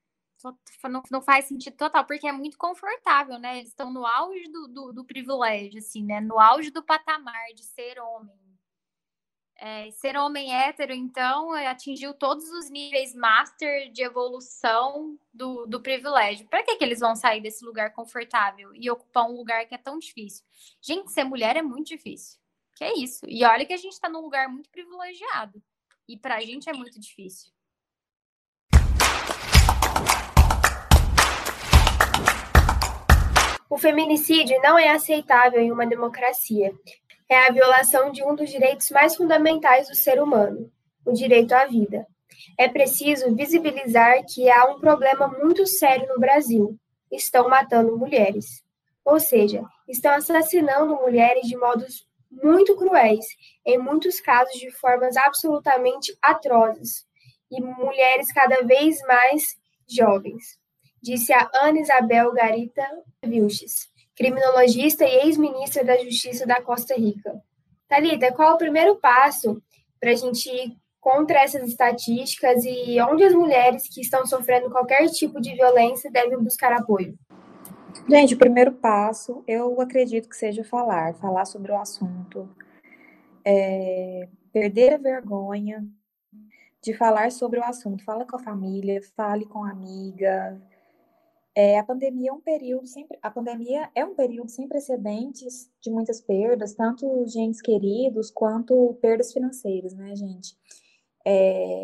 Não faz sentido total, porque é muito confortável, né? Eles estão no auge do privilégio, assim, né? No auge do patamar de ser homem. Ser homem hétero, então, atingiu todos os níveis master de evolução do privilégio. Para que eles vão sair desse lugar confortável e ocupar um lugar que é tão difícil? Gente, ser mulher é muito difícil. Que é isso. E olha que a gente está num lugar muito privilegiado. E para a gente é muito difícil. O feminicídio não é aceitável em uma democracia. É a violação de um dos direitos mais fundamentais do ser humano, o direito à vida. É preciso visibilizar que há um problema muito sério no Brasil. Estão matando mulheres. Ou seja, estão assassinando mulheres de modos muito cruéis, em muitos casos de formas absolutamente atrozes, e mulheres cada vez mais jovens, disse a Ana Isabel Garita Vilches, criminologista e ex-ministra da Justiça da Costa Rica. Thalita, qual é o primeiro passo para a gente ir contra essas estatísticas e onde as mulheres que estão sofrendo qualquer tipo de violência devem buscar apoio? Gente, o primeiro passo, eu acredito que seja falar sobre o assunto, perder a vergonha de falar sobre o assunto. Fala com a família, fale com a amiga. A pandemia é um período sem precedentes de muitas perdas, tanto de entes queridos quanto perdas financeiras, né, gente?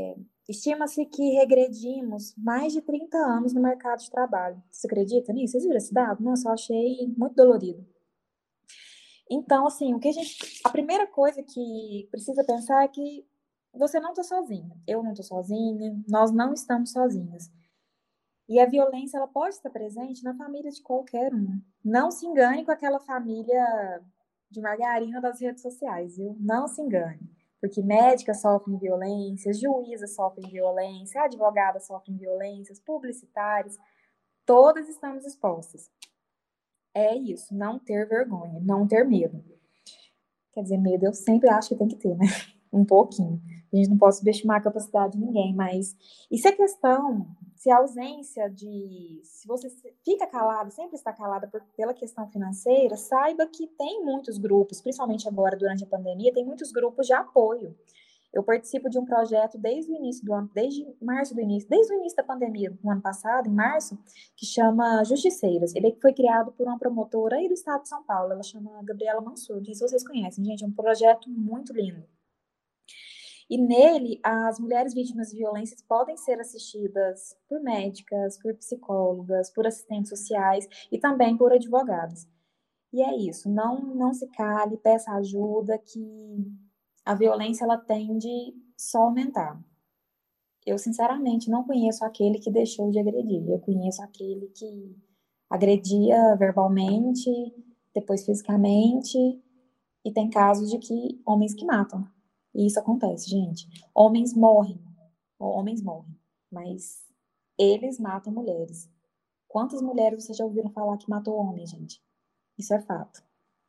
Estima-se que regredimos mais de 30 anos no mercado de trabalho. Você acredita nisso? Vocês viram esse dado? Nossa, eu achei muito dolorido. Então, assim, a primeira coisa que precisa pensar é que você não está sozinha. Eu não estou sozinha, nós não estamos sozinhas. E a violência, ela pode estar presente na família de qualquer um. Não se engane com aquela família de margarina das redes sociais, viu? Não se engane. Porque médicas sofrem violências, juízas sofrem violência, advogadas sofrem violências, publicitários, todas estamos expostas. É isso, não ter vergonha, não ter medo. Quer dizer, medo eu sempre acho que tem que ter, né? Um pouquinho. A gente não pode subestimar a capacidade de ninguém, mas isso é questão, se a ausência de... Se você fica calada, sempre está calada pela questão financeira, saiba que tem muitos grupos, principalmente agora durante a pandemia, tem muitos grupos de apoio. Eu participo de um projeto desde o início do ano, desde o início da pandemia, no ano passado, em março, que chama Justiceiras. Ele foi criado por uma promotora aí do estado de São Paulo, ela chama Gabriela Mansur. Não sei se vocês conhecem, gente, é um projeto muito lindo. E nele, as mulheres vítimas de violências podem ser assistidas por médicas, por psicólogas, por assistentes sociais e também por advogados. E é isso, não se cale, peça ajuda, que a violência ela tende só a aumentar. Eu, sinceramente, não conheço aquele que deixou de agredir. Eu conheço aquele que agredia verbalmente, depois fisicamente, e tem casos de que homens que matam. E isso acontece, gente. Homens morrem, mas eles matam mulheres. Quantas mulheres vocês já ouviram falar que matou homem, gente? Isso é fato.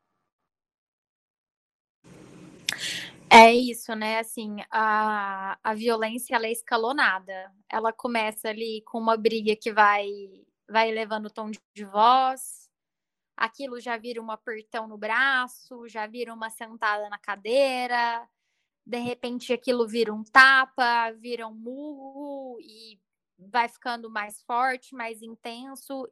É isso, né? Assim, a violência ela é escalonada. Ela começa ali com uma briga que vai elevando o tom de voz, aquilo já vira um apertão no braço, já vira uma sentada na cadeira, de repente aquilo vira um tapa, vira um murro e vai ficando mais forte, mais intenso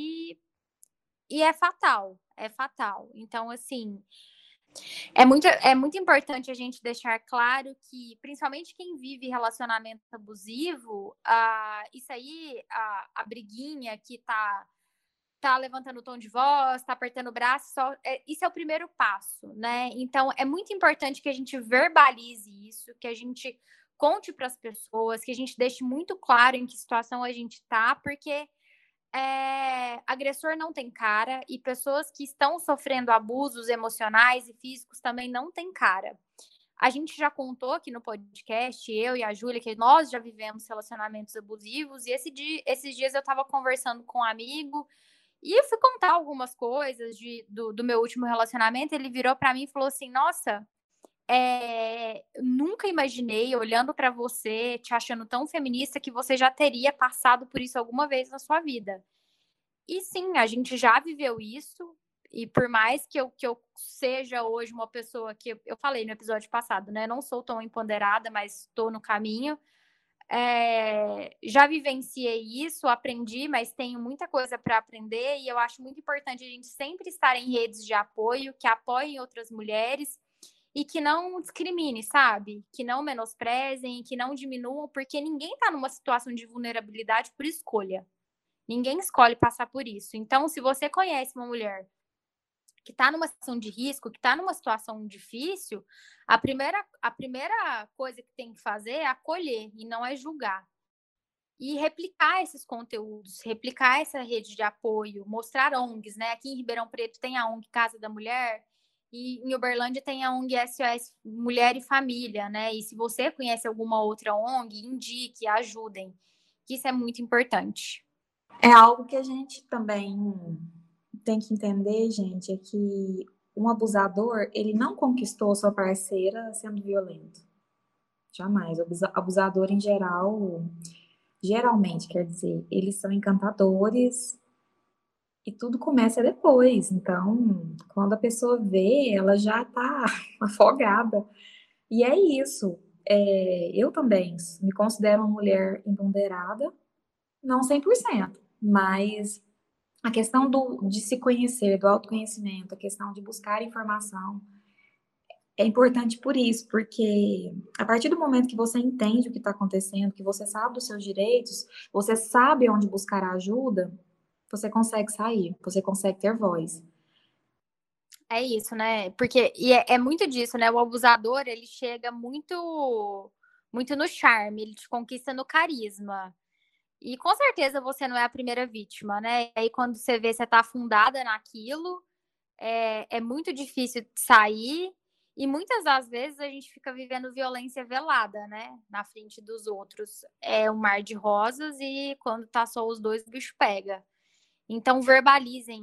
e é fatal, é fatal. Então, assim, é muito importante a gente deixar claro que, principalmente quem vive relacionamento abusivo, isso aí, a briguinha que tá levantando o tom de voz, tá apertando o braço, isso é o primeiro passo, né? Então, é muito importante que a gente verbalize isso, que a gente conte para as pessoas, que a gente deixe muito claro em que situação a gente tá, porque agressor não tem cara e pessoas que estão sofrendo abusos emocionais e físicos também não tem cara. A gente já contou aqui no podcast, eu e a Júlia, que nós já vivemos relacionamentos abusivos, e esses dias eu estava conversando com um amigo e eu fui contar algumas coisas do meu último relacionamento. Ele virou para mim e falou assim: Nossa, nunca imaginei, olhando para você, te achando tão feminista, que você já teria passado por isso alguma vez na sua vida. E sim, a gente já viveu isso. E por mais que eu seja hoje uma pessoa que eu falei no episódio passado, né? Não sou tão empoderada, mas estou no caminho. Já vivenciei isso, aprendi, mas tenho muita coisa para aprender. E eu acho muito importante a gente sempre estar em redes de apoio, que apoiem outras mulheres e que não discrimine, sabe? Que não menosprezem, que não diminuam, porque ninguém está numa situação de vulnerabilidade por escolha. Ninguém escolhe passar por isso. Então, se você conhece uma mulher que está numa situação de risco, que está numa situação difícil, a primeira coisa que tem que fazer é acolher e não é julgar. E replicar esses conteúdos, replicar essa rede de apoio, mostrar ONGs, né? Aqui em Ribeirão Preto tem a ONG Casa da Mulher, e em Uberlândia tem a ONG SOS Mulher e Família, né? E se você conhece alguma outra ONG, indique, ajudem, que isso é muito importante. É algo que a gente também tem que entender, gente, é que um abusador, ele não conquistou sua parceira sendo violento. Jamais. O abusador, em geral, geralmente, quer dizer, eles são encantadores e tudo começa depois. Então, quando a pessoa vê, ela já tá afogada. E é isso. Eu também me considero uma mulher empoderada, não 100%, mas a questão de se conhecer, do autoconhecimento, a questão de buscar informação, É importante por isso, porque a partir do momento que você entende o que está acontecendo, que você sabe dos seus direitos, você sabe onde buscar ajuda, você consegue sair, você consegue ter voz. É isso, né? Porque é muito disso, né? O abusador, ele chega muito no charme, ele te conquista no carisma. E com certeza você não é a primeira vítima, né? E aí quando você vê você tá afundada naquilo, é muito difícil de sair. E muitas das vezes a gente fica vivendo violência velada, né? Na frente dos outros. É um mar de rosas e quando tá só os dois, o bicho pega. Então, verbalizem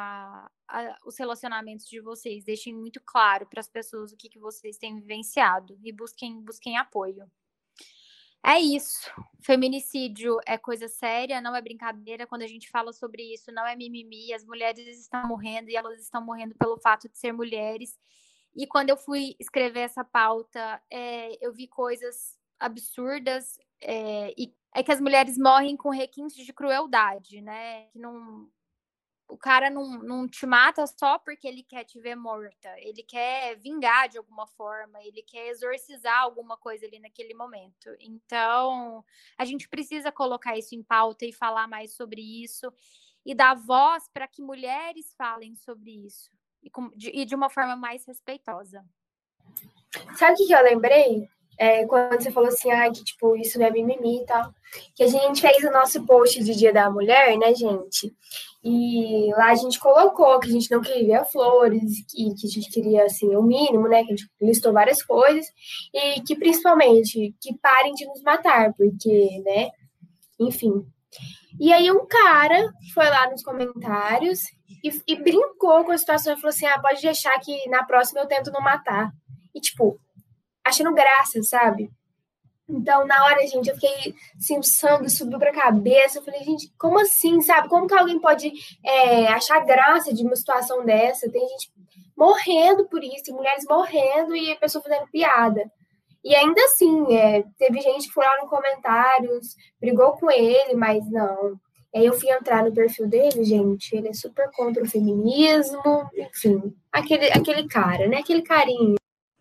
os relacionamentos de vocês. Deixem muito claro para as pessoas o que vocês têm vivenciado e busquem apoio. É isso. Feminicídio é coisa séria, não é brincadeira. Quando a gente fala sobre isso, não é mimimi. As mulheres estão morrendo e elas estão morrendo pelo fato de ser mulheres. E quando eu fui escrever essa pauta, eu vi coisas absurdas. E é que as mulheres morrem com requintes de crueldade, né? Que não, o cara não te mata só porque ele quer te ver morta. Ele quer vingar de alguma forma, ele quer exorcizar alguma coisa ali naquele momento. Então, a gente precisa colocar isso em pauta e falar mais sobre isso e dar voz para que mulheres falem sobre isso e de uma forma mais respeitosa. Sabe o que eu lembrei? Quando você falou assim, que tipo, isso não é mimimi e tal. Que a gente fez o nosso post de Dia da Mulher, né, gente? E lá a gente colocou que a gente não queria flores, e que a gente queria, assim, o mínimo, né? Que a gente listou várias coisas. E que, principalmente, que parem de nos matar, porque, né? Enfim. E aí um cara foi lá nos comentários e brincou com a situação e falou assim, pode deixar que na próxima eu tento não matar. E, tipo, achando graça, sabe? Então, na hora, gente, eu fiquei assim, o sangue subiu pra cabeça. Eu falei, gente, como assim, sabe? Como que alguém pode achar graça de uma situação dessa? Tem gente morrendo por isso, tem mulheres morrendo e a pessoa fazendo piada. E ainda assim, teve gente que foi lá nos comentários, brigou com ele, mas não. Aí eu fui entrar no perfil dele, gente, ele é super contra o feminismo, enfim, aquele cara, né? Aquele carinho.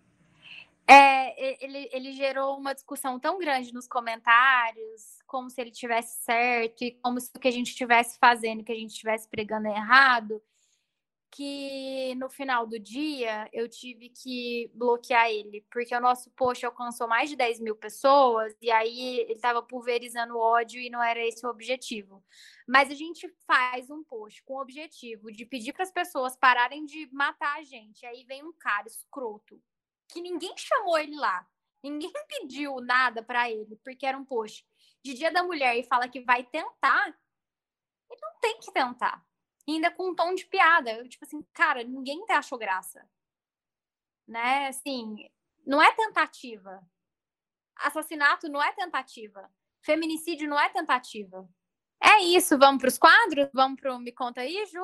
Ele gerou uma discussão tão grande nos comentários, como se ele tivesse certo e como se o que a gente estivesse fazendo, que a gente estivesse pregando errado, que no final do dia eu tive que bloquear ele, porque o nosso post alcançou mais de 10 mil pessoas e aí ele estava pulverizando ódio e não era esse o objetivo. Mas a gente faz um post com o objetivo de pedir para as pessoas pararem de matar a gente. Aí vem um cara escroto que ninguém chamou ele lá. Ninguém pediu nada para ele, porque era um post de Dia da Mulher e fala que vai tentar. Ele não tem que tentar. E ainda com um tom de piada. Eu, tipo assim, cara, ninguém achou graça. Né? Assim, não é tentativa. Assassinato não é tentativa. Feminicídio não é tentativa. É isso, vamos para os quadros? Vamos para o Me Conta aí, Ju?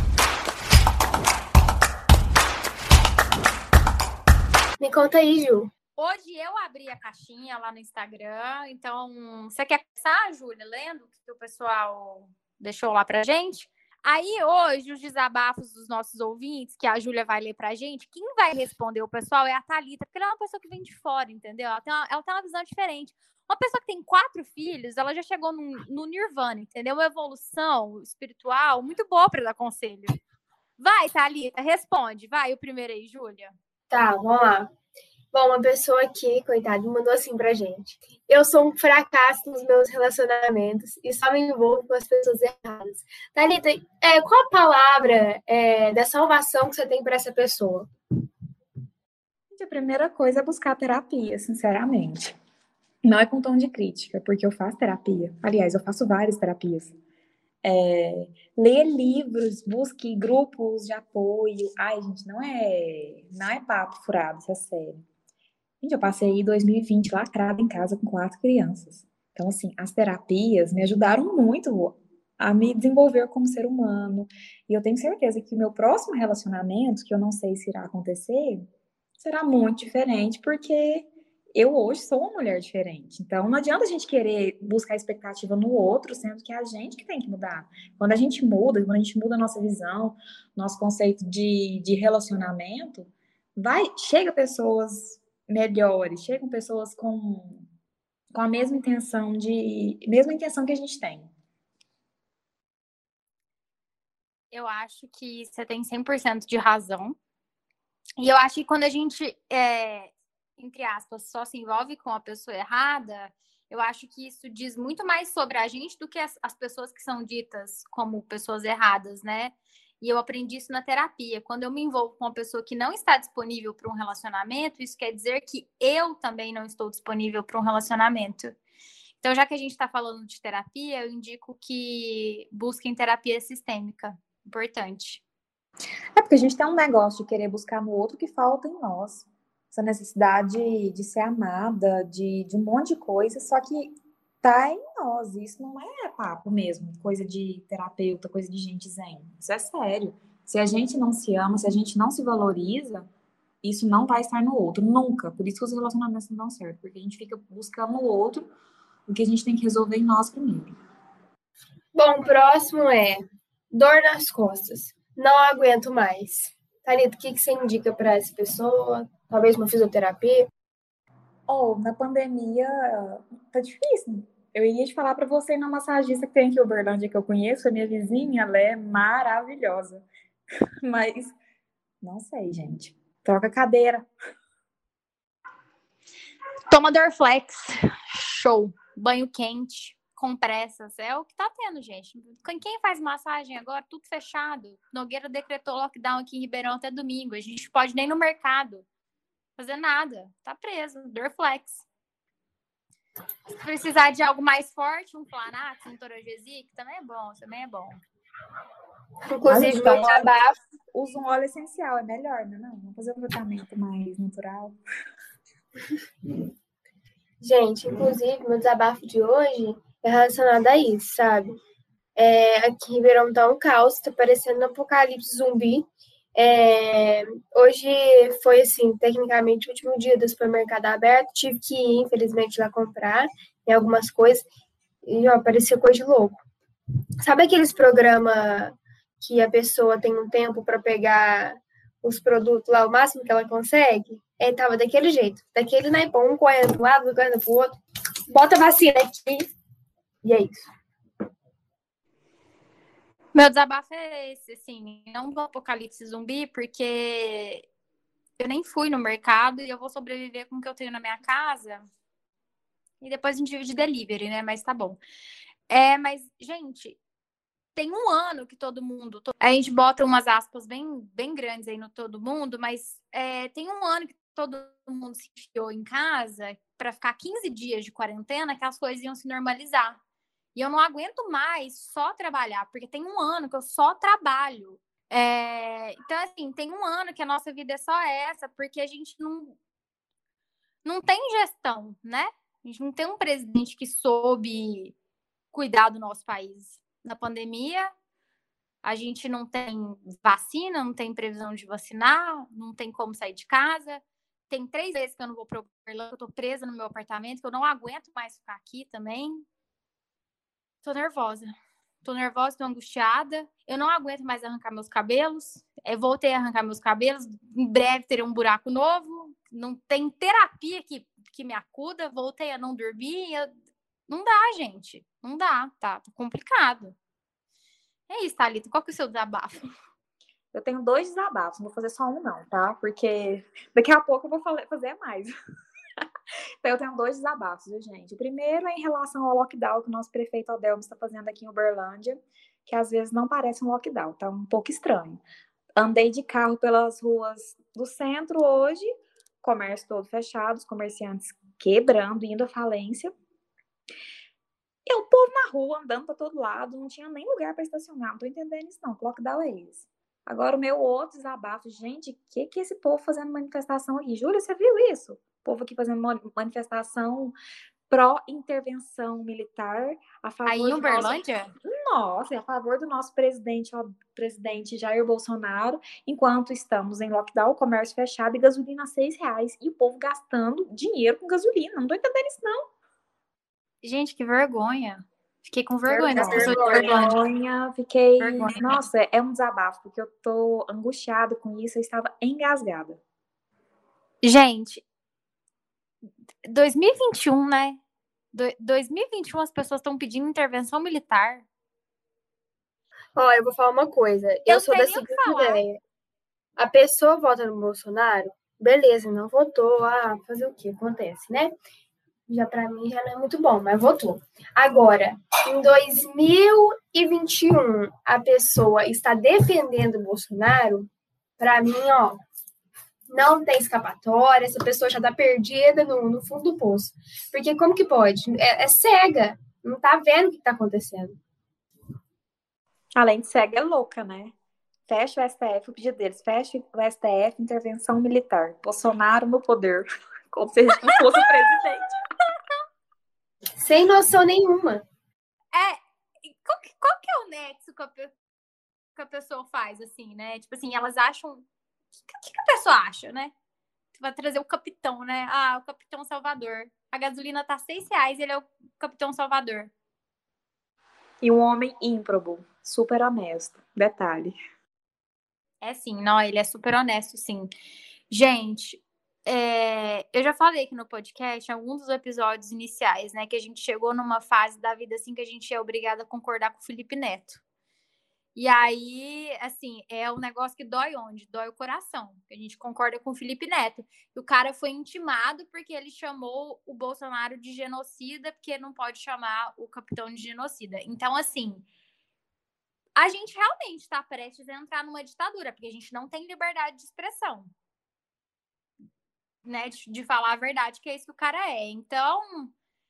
Me conta aí, Ju. Hoje eu abri a caixinha lá no Instagram, então você quer começar, Júlia, lendo o que o pessoal deixou lá pra gente? Aí hoje os desabafos dos nossos ouvintes, que a Júlia vai ler pra gente, quem vai responder o pessoal é a Thalita, porque ela é uma pessoa que vem de fora, entendeu? Ela tem uma visão diferente. Uma pessoa que tem 4 filhos, ela já chegou no Nirvana, entendeu? Uma evolução espiritual muito boa para dar conselho. Vai, Thalita, responde. Vai, o primeiro aí, Júlia. Tá, vamos lá. Bom, uma pessoa aqui, coitada, mandou assim pra gente. Eu sou um fracasso nos meus relacionamentos e só me envolvo com as pessoas erradas. Thalita, qual a palavra da salvação que você tem para essa pessoa? A primeira coisa é buscar terapia, sinceramente. Não é com tom de crítica, porque eu faço terapia. Aliás, eu faço várias terapias. Ler livros, busque grupos de apoio. Ai, gente, não é papo furado, isso é sério. Gente, eu passei 2020 lacrada em casa com 4 crianças. Então, assim, as terapias me ajudaram muito a me desenvolver como ser humano. E eu tenho certeza que o meu próximo relacionamento, que eu não sei se irá acontecer, será muito diferente, porque eu hoje sou uma mulher diferente. Então, não adianta a gente querer buscar expectativa no outro, sendo que é a gente que tem que mudar. Quando a gente muda a nossa visão, nosso conceito de relacionamento, chega pessoas melhores, chegam pessoas com a mesma intenção que a gente tem. Eu acho que você tem 100% de razão. E eu acho que quando a gente, entre aspas, só se envolve com a pessoa errada, eu acho que isso diz muito mais sobre a gente do que as pessoas que são ditas como pessoas erradas, né? E eu aprendi isso na terapia. Quando eu me envolvo com uma pessoa que não está disponível para um relacionamento, isso quer dizer que eu também não estou disponível para um relacionamento. Então, já que a gente está falando de terapia, eu indico que busquem terapia sistêmica. Importante. É porque a gente tem um negócio de querer buscar no outro que falta em nós. Essa necessidade de ser amada, de um monte de coisa, só que tá em nós. Isso não é papo mesmo, coisa de terapeuta, coisa de gente zen. Isso é sério. Se a gente não se ama, se a gente não se valoriza, isso não vai estar no outro, nunca. Por isso que os relacionamentos não dão certo, porque a gente fica buscando no outro o que a gente tem que resolver em nós primeiro. Bom, o próximo é dor nas costas. Não aguento mais. Thalita, o que você indica para essa pessoa? Talvez uma fisioterapia? Na pandemia, tá difícil. Eu ia te falar para você ir na massagista que tem aqui em Uberlândia, que eu conheço, a minha vizinha, ela é maravilhosa. Mas, não sei, gente. Troca a cadeira. Toma Dorflex. Show. Banho quente. Compressas. É o que tá tendo, gente. Quem faz massagem agora? Tudo fechado. Nogueira decretou lockdown aqui em Ribeirão até domingo. A gente pode nem ir no mercado fazer nada. Tá preso. Dorflex. Se precisar de algo mais forte, um Flanax, um Torogesic, também é bom. Inclusive, meu desabafo. Usa um óleo essencial, é melhor, não é? Vamos fazer um tratamento mais natural. Gente, inclusive, meu desabafo de hoje é relacionado a isso, sabe? Aqui em Ribeirão tá um caos, tá parecendo um apocalipse zumbi. Hoje foi, assim, tecnicamente o último dia do supermercado aberto. Tive que ir, infelizmente, lá comprar algumas coisas. E, ó, parecia coisa de louco. Sabe aqueles programas que a pessoa tem um tempo para pegar os produtos lá, o máximo que ela consegue? Tava daquele jeito. Daquele naipão, um correndo pro lado, um correndo pro outro. Bota a vacina aqui. E é isso. Meu desabafo é esse, assim, não do apocalipse zumbi, porque eu nem fui no mercado e eu vou sobreviver com o que eu tenho na minha casa. E depois a gente vive de delivery, né? Mas tá bom. Mas, gente, tem um ano que todo mundo... A gente bota umas aspas bem, bem grandes aí no todo mundo, mas tem um ano que todo mundo se enfiou em casa para ficar 15 dias de quarentena que as coisas iam se normalizar. E eu não aguento mais só trabalhar, porque tem um ano que eu só trabalho. Então, assim, tem um ano que a nossa vida é só essa, porque a gente não tem gestão, né? A gente não tem um presidente que soube cuidar do nosso país. Na pandemia, a gente não tem vacina, não tem previsão de vacinar, não tem como sair de casa. Tem 3 vezes que eu não vou para Uberlândia, eu tô presa no meu apartamento, que eu não aguento mais ficar aqui também. Tô nervosa, tô angustiada. Eu não aguento mais arrancar meus cabelos. Voltei a arrancar meus cabelos. Em breve terei um buraco novo. Não tem terapia que me acuda. Voltei a não dormir. Não dá, gente. Não dá. Tá complicado. É isso, Thalita. Qual que é o seu desabafo? Eu tenho 2 desabafos. Não vou fazer só um, não, tá? Porque daqui a pouco eu vou fazer mais. Então, eu tenho 2 desabafos, viu, gente? O primeiro é em relação ao lockdown que o nosso prefeito Adelmo está fazendo aqui em Uberlândia, que às vezes não parece um lockdown, tá um pouco estranho. Andei de carro pelas ruas do centro hoje, comércio todo fechado, os comerciantes quebrando, indo à falência. E o povo na rua, andando para todo lado, não tinha nem lugar para estacionar. Não tô entendendo isso, não. Que lockdown é esse? Agora, o meu outro desabafo, gente, o que esse povo fazendo manifestação aqui? Júlia, você viu isso? O povo aqui fazendo manifestação pró-intervenção militar a favor aí em Uberlândia? Nossa, a favor do nosso presidente Jair Bolsonaro, enquanto estamos em lockdown, comércio fechado e gasolina R$6. E o povo gastando dinheiro com gasolina. Não tô entendendo isso, não. Gente, que vergonha. Fiquei com vergonha das pessoas de vergonha. Fiquei... Vergonha. Nossa, é um desabafo, porque eu tô angustiada com isso, eu estava engasgada. Gente, 2021, né? 2021 as pessoas estão pedindo intervenção militar. Ó, eu vou falar uma coisa. Eu Eu sou não da sei nem o que seguinte falar. ideia. A pessoa vota no Bolsonaro, beleza, não votou. Fazer o que? Acontece, né? Já para mim já não é muito bom, mas votou. Agora, em 2021, a pessoa está defendendo o Bolsonaro, para mim, ó, não tem escapatória, essa pessoa já está perdida no fundo do poço. Porque como que pode? É cega, não está vendo o que está acontecendo. Além de cega, é louca, né? Fecha o STF, o pedido deles, fecha o STF, intervenção militar. Bolsonaro no poder. Como se a gente não fosse o presidente. Sem noção nenhuma. Qual que é o nexo que a pessoa faz, assim, né? Tipo assim, elas acham... O que a pessoa acha, né? Vai trazer o capitão, né? O capitão Salvador. A gasolina tá R$6, ele é o capitão Salvador. E um homem ímprobo, super honesto. Detalhe. É sim, não, ele é super honesto, sim. Gente, eu já falei aqui no podcast, em alguns dos episódios iniciais, né, que a gente chegou numa fase da vida, assim, que a gente é obrigada a concordar com o Felipe Neto. E aí, assim, é um negócio que dói onde? Dói o coração. A gente concorda com o Felipe Neto. E o cara foi intimado porque ele chamou o Bolsonaro de genocida, porque não pode chamar o capitão de genocida. Então, assim, a gente realmente está prestes a entrar numa ditadura, porque a gente não tem liberdade de expressão, né? De falar a verdade, que é isso que o cara é. Então,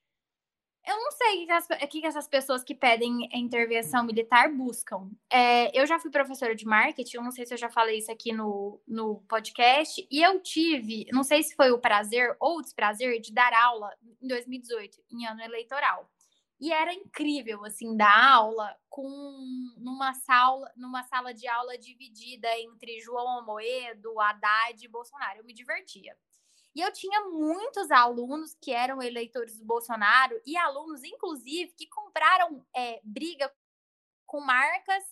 eu não sei o que essas pessoas que pedem intervenção militar buscam. Eu já fui professora de marketing, eu não sei se eu já falei isso aqui no podcast, e eu tive, não sei se foi o prazer ou o desprazer, de dar aula em 2018, em ano eleitoral. E era incrível, assim, dar aula numa sala de aula dividida entre João Amoedo, Haddad e Bolsonaro. Eu me divertia. E eu tinha muitos alunos que eram eleitores do Bolsonaro e alunos, inclusive, que compraram briga com marcas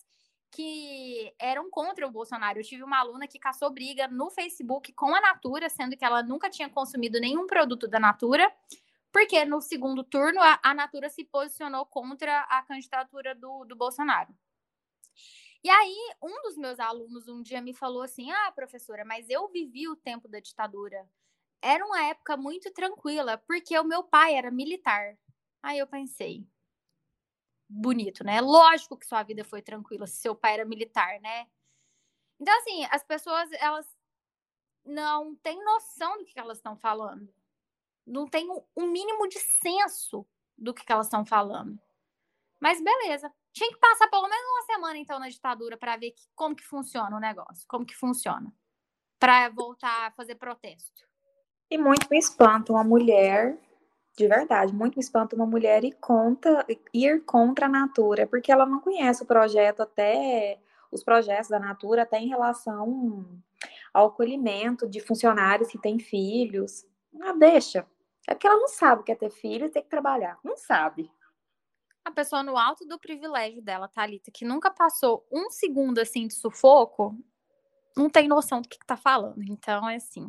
que eram contra o Bolsonaro. Eu tive uma aluna que caçou briga no Facebook com a Natura, sendo que ela nunca tinha consumido nenhum produto da Natura, porque no segundo turno a Natura se posicionou contra a candidatura do Bolsonaro. E aí, um dos meus alunos um dia me falou assim: professora, mas eu vivi o tempo da ditadura. Era uma época muito tranquila, porque o meu pai era militar. Aí eu pensei, bonito, né? Lógico que sua vida foi tranquila se seu pai era militar, né? Então, assim, as pessoas, elas não têm noção do que elas estão falando. Não tem um mínimo de senso do que elas estão falando. Mas beleza. Tinha que passar pelo menos uma semana, então, na ditadura para ver como que funciona o negócio. Como que funciona. Para voltar a fazer protesto. E muito me espanta uma mulher, de verdade, muito me espanta uma mulher ir contra a Natura, porque ela não conhece o projeto os projetos da Natura até em relação ao acolhimento de funcionários que têm filhos. Deixa. É porque ela não sabe o que é ter filho e ter que trabalhar. Não sabe. A pessoa no alto do privilégio dela, Thalita, que nunca passou um segundo assim de sufoco, não tem noção do que tá falando. Então, é assim.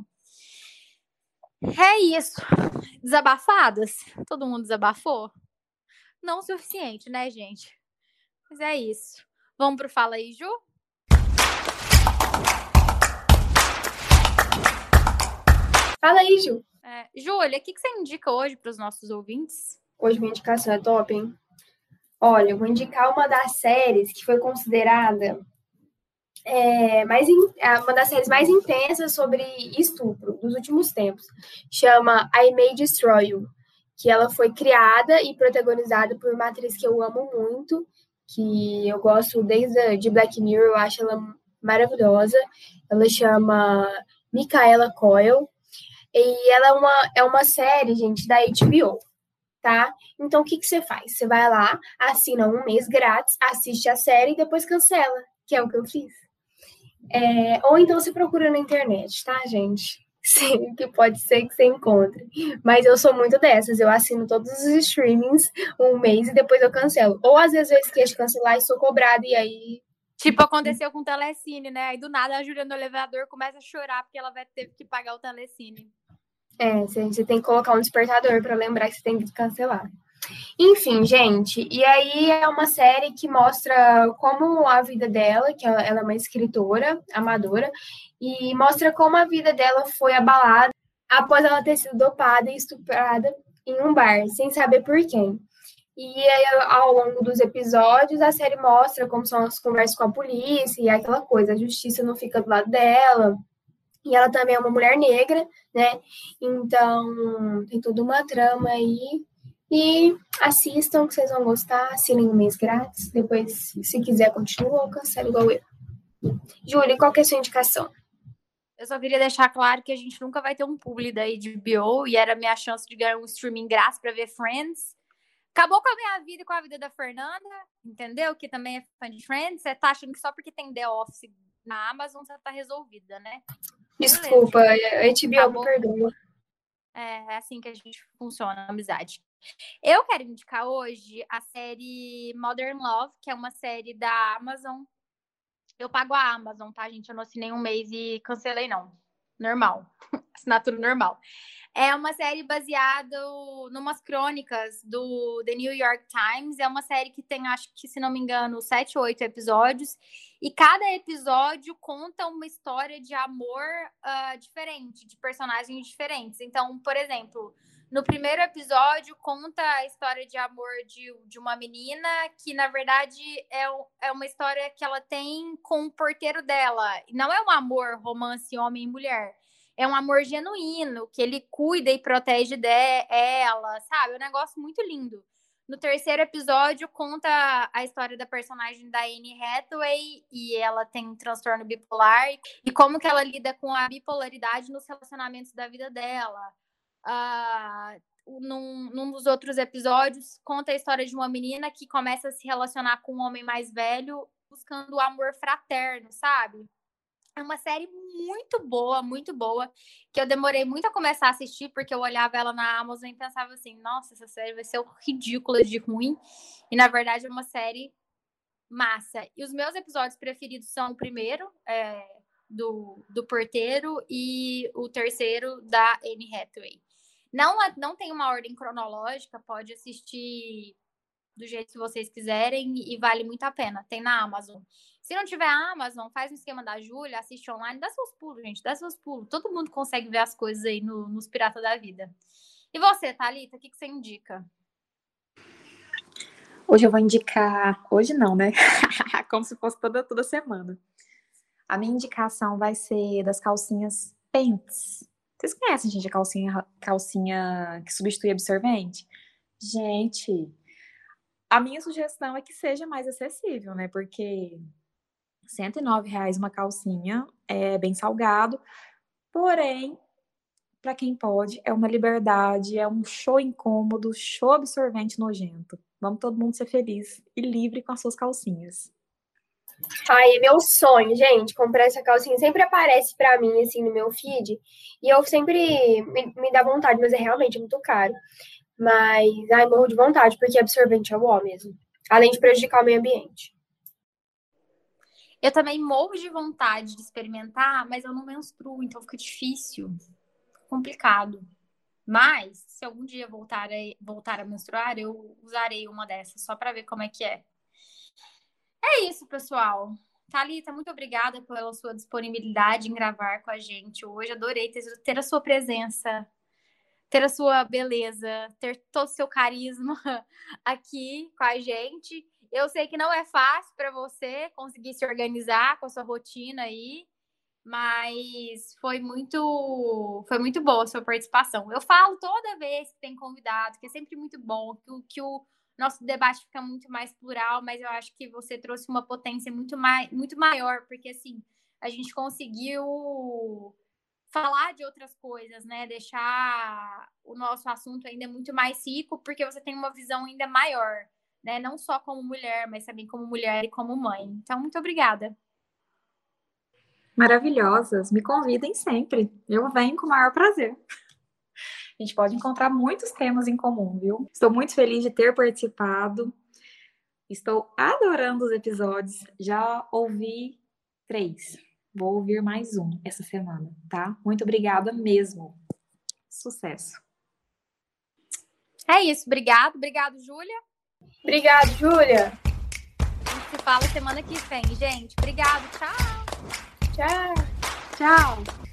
É isso. Desabafadas? Todo mundo desabafou? Não o suficiente, né, gente? Mas é isso. Vamos pro Fala aí, Ju? Fala aí, Ju. Júlia, o que você indica hoje para os nossos ouvintes? Hoje minha indicação é top, hein? Olha, eu vou indicar uma das séries que foi considerada uma das séries mais intensas sobre estupro dos últimos tempos. Chama I May Destroy You, que ela foi criada e protagonizada por uma atriz que eu amo muito, que eu gosto desde de Black Mirror, eu acho ela maravilhosa. Ela chama Micaela Coel, e ela é uma série, gente, da HBO, tá? Então, o que você faz? Você vai lá, assina um mês grátis, assiste a série e depois cancela, que é o que eu fiz. Ou então você procura na internet, tá, gente? Sim, que pode ser que você encontre. Mas eu sou muito dessas. Eu assino todos os streamings um mês e depois eu cancelo. Ou às vezes eu esqueço de cancelar e sou cobrada e aí Tipo, aconteceu com o Telecine, né? Aí do nada a Júlia no elevador começa a chorar porque ela vai ter que pagar o Telecine. Você tem que colocar um despertador para lembrar que você tem que cancelar. Enfim, gente, e aí é uma série que mostra como a vida dela, que ela é uma escritora amadora, e mostra como a vida dela foi abalada após ela ter sido dopada e estuprada em um bar, sem saber por quem. E aí, ao longo dos episódios, a série mostra como são as conversas com a polícia e aquela coisa, a justiça não fica do lado dela. E ela também é uma mulher negra, né? Então, tem toda uma trama aí. E assistam, que vocês vão gostar. Assinem um mês grátis. Depois, se quiser, continua ou cancela igual eu. Júlia, qual que é a sua indicação? Eu só queria deixar claro que a gente nunca vai ter um publi da HBO e era a minha chance de ganhar um streaming grátis para ver Friends. Acabou com a minha vida e com a vida da Fernanda, entendeu? Que também é fã de Friends. Você tá achando que só porque tem The Office na Amazon você tá resolvida, né? Desculpa, a HBO me perdoa. É assim que a gente funciona, amizade. Eu quero indicar hoje a série Modern Love, que é uma série da Amazon. Eu pago a Amazon, tá, gente? Eu não assinei um mês e cancelei, não. Normal. Assinatura normal. É uma série baseada numas crônicas do The New York Times. É uma série que tem, acho que, se não me engano, 7 ou 8 episódios. E cada episódio conta uma história de amor diferente, de personagens diferentes. Então, por exemplo, no primeiro episódio conta a história de amor de uma menina que, na verdade, é uma história que ela tem com o porteiro dela. Não é um amor, romance, homem e mulher. É um amor genuíno, que ele cuida e protege ela, sabe? É um negócio muito lindo. No terceiro episódio, conta a história da personagem da Anne Hathaway, e ela tem um transtorno bipolar, e como que ela lida com a bipolaridade nos relacionamentos da vida dela. Num dos outros episódios, conta a história de uma menina que começa a se relacionar com um homem mais velho, buscando o amor fraterno, sabe? É uma série muito boa, que eu demorei muito a começar a assistir, porque eu olhava ela na Amazon e pensava assim, nossa, essa série vai ser ridícula de ruim. E, na verdade, é uma série massa. E os meus episódios preferidos são o primeiro, do porteiro, e o terceiro da Anne Hathaway. Não tem uma ordem cronológica, pode assistir do jeito que vocês quiserem e vale muito a pena. Tem na Amazon. Se não tiver a Amazon, faz um esquema da Júlia, assiste online, dá seus pulos, gente, dá seus pulos. Todo mundo consegue ver as coisas aí nos Piratas da Vida. E você, Thalita, o que você indica? Hoje eu vou indicar... Hoje não, né? Como se fosse toda semana. A minha indicação vai ser das calcinhas Pants. Vocês conhecem, gente, a calcinha que substitui absorvente? Gente, a minha sugestão é que seja mais acessível, né? Porque R$109 uma calcinha é bem salgado. Porém, para quem pode, é uma liberdade, é um show incômodo, show absorvente nojento. Vamos todo mundo ser feliz e livre com as suas calcinhas. Ai, é meu sonho, gente, comprar essa calcinha. Sempre aparece pra mim, assim, no meu feed. E eu sempre me dá vontade, mas é realmente muito caro. Mas, ai, morro de vontade, porque absorvente é o mesmo. Além de prejudicar o meio ambiente. Eu também morro de vontade de experimentar, mas eu não menstruo, então fica difícil. Complicado. Mas, se algum dia voltar a menstruar, eu usarei uma dessas, só para ver como é que é. É isso, pessoal. Thalita, muito obrigada pela sua disponibilidade em gravar com a gente hoje. Adorei ter a sua presença, ter a sua beleza, ter todo o seu carisma aqui com a gente. Eu sei que não é fácil para você conseguir se organizar com a sua rotina aí, mas foi muito boa a sua participação. Eu falo toda vez que tem convidado, que é sempre muito bom, que o nosso debate fica muito mais plural, mas eu acho que você trouxe uma potência muito maior, porque assim, a gente conseguiu falar de outras coisas, né? Deixar o nosso assunto ainda muito mais rico, porque você tem uma visão ainda maior, né? Não só como mulher, mas também como mulher e como mãe. Então, muito obrigada. Maravilhosas, me convidem sempre. Eu venho com o maior prazer. A gente pode encontrar muitos temas em comum, viu? Estou muito feliz de ter participado. Estou adorando os episódios. Já ouvi 3. Vou ouvir mais um essa semana, tá? Muito obrigada mesmo. Sucesso. É isso. Obrigado, Júlia. Obrigado, Júlia. A gente se fala semana que vem, gente. Obrigado. Tchau. Tchau. Tchau.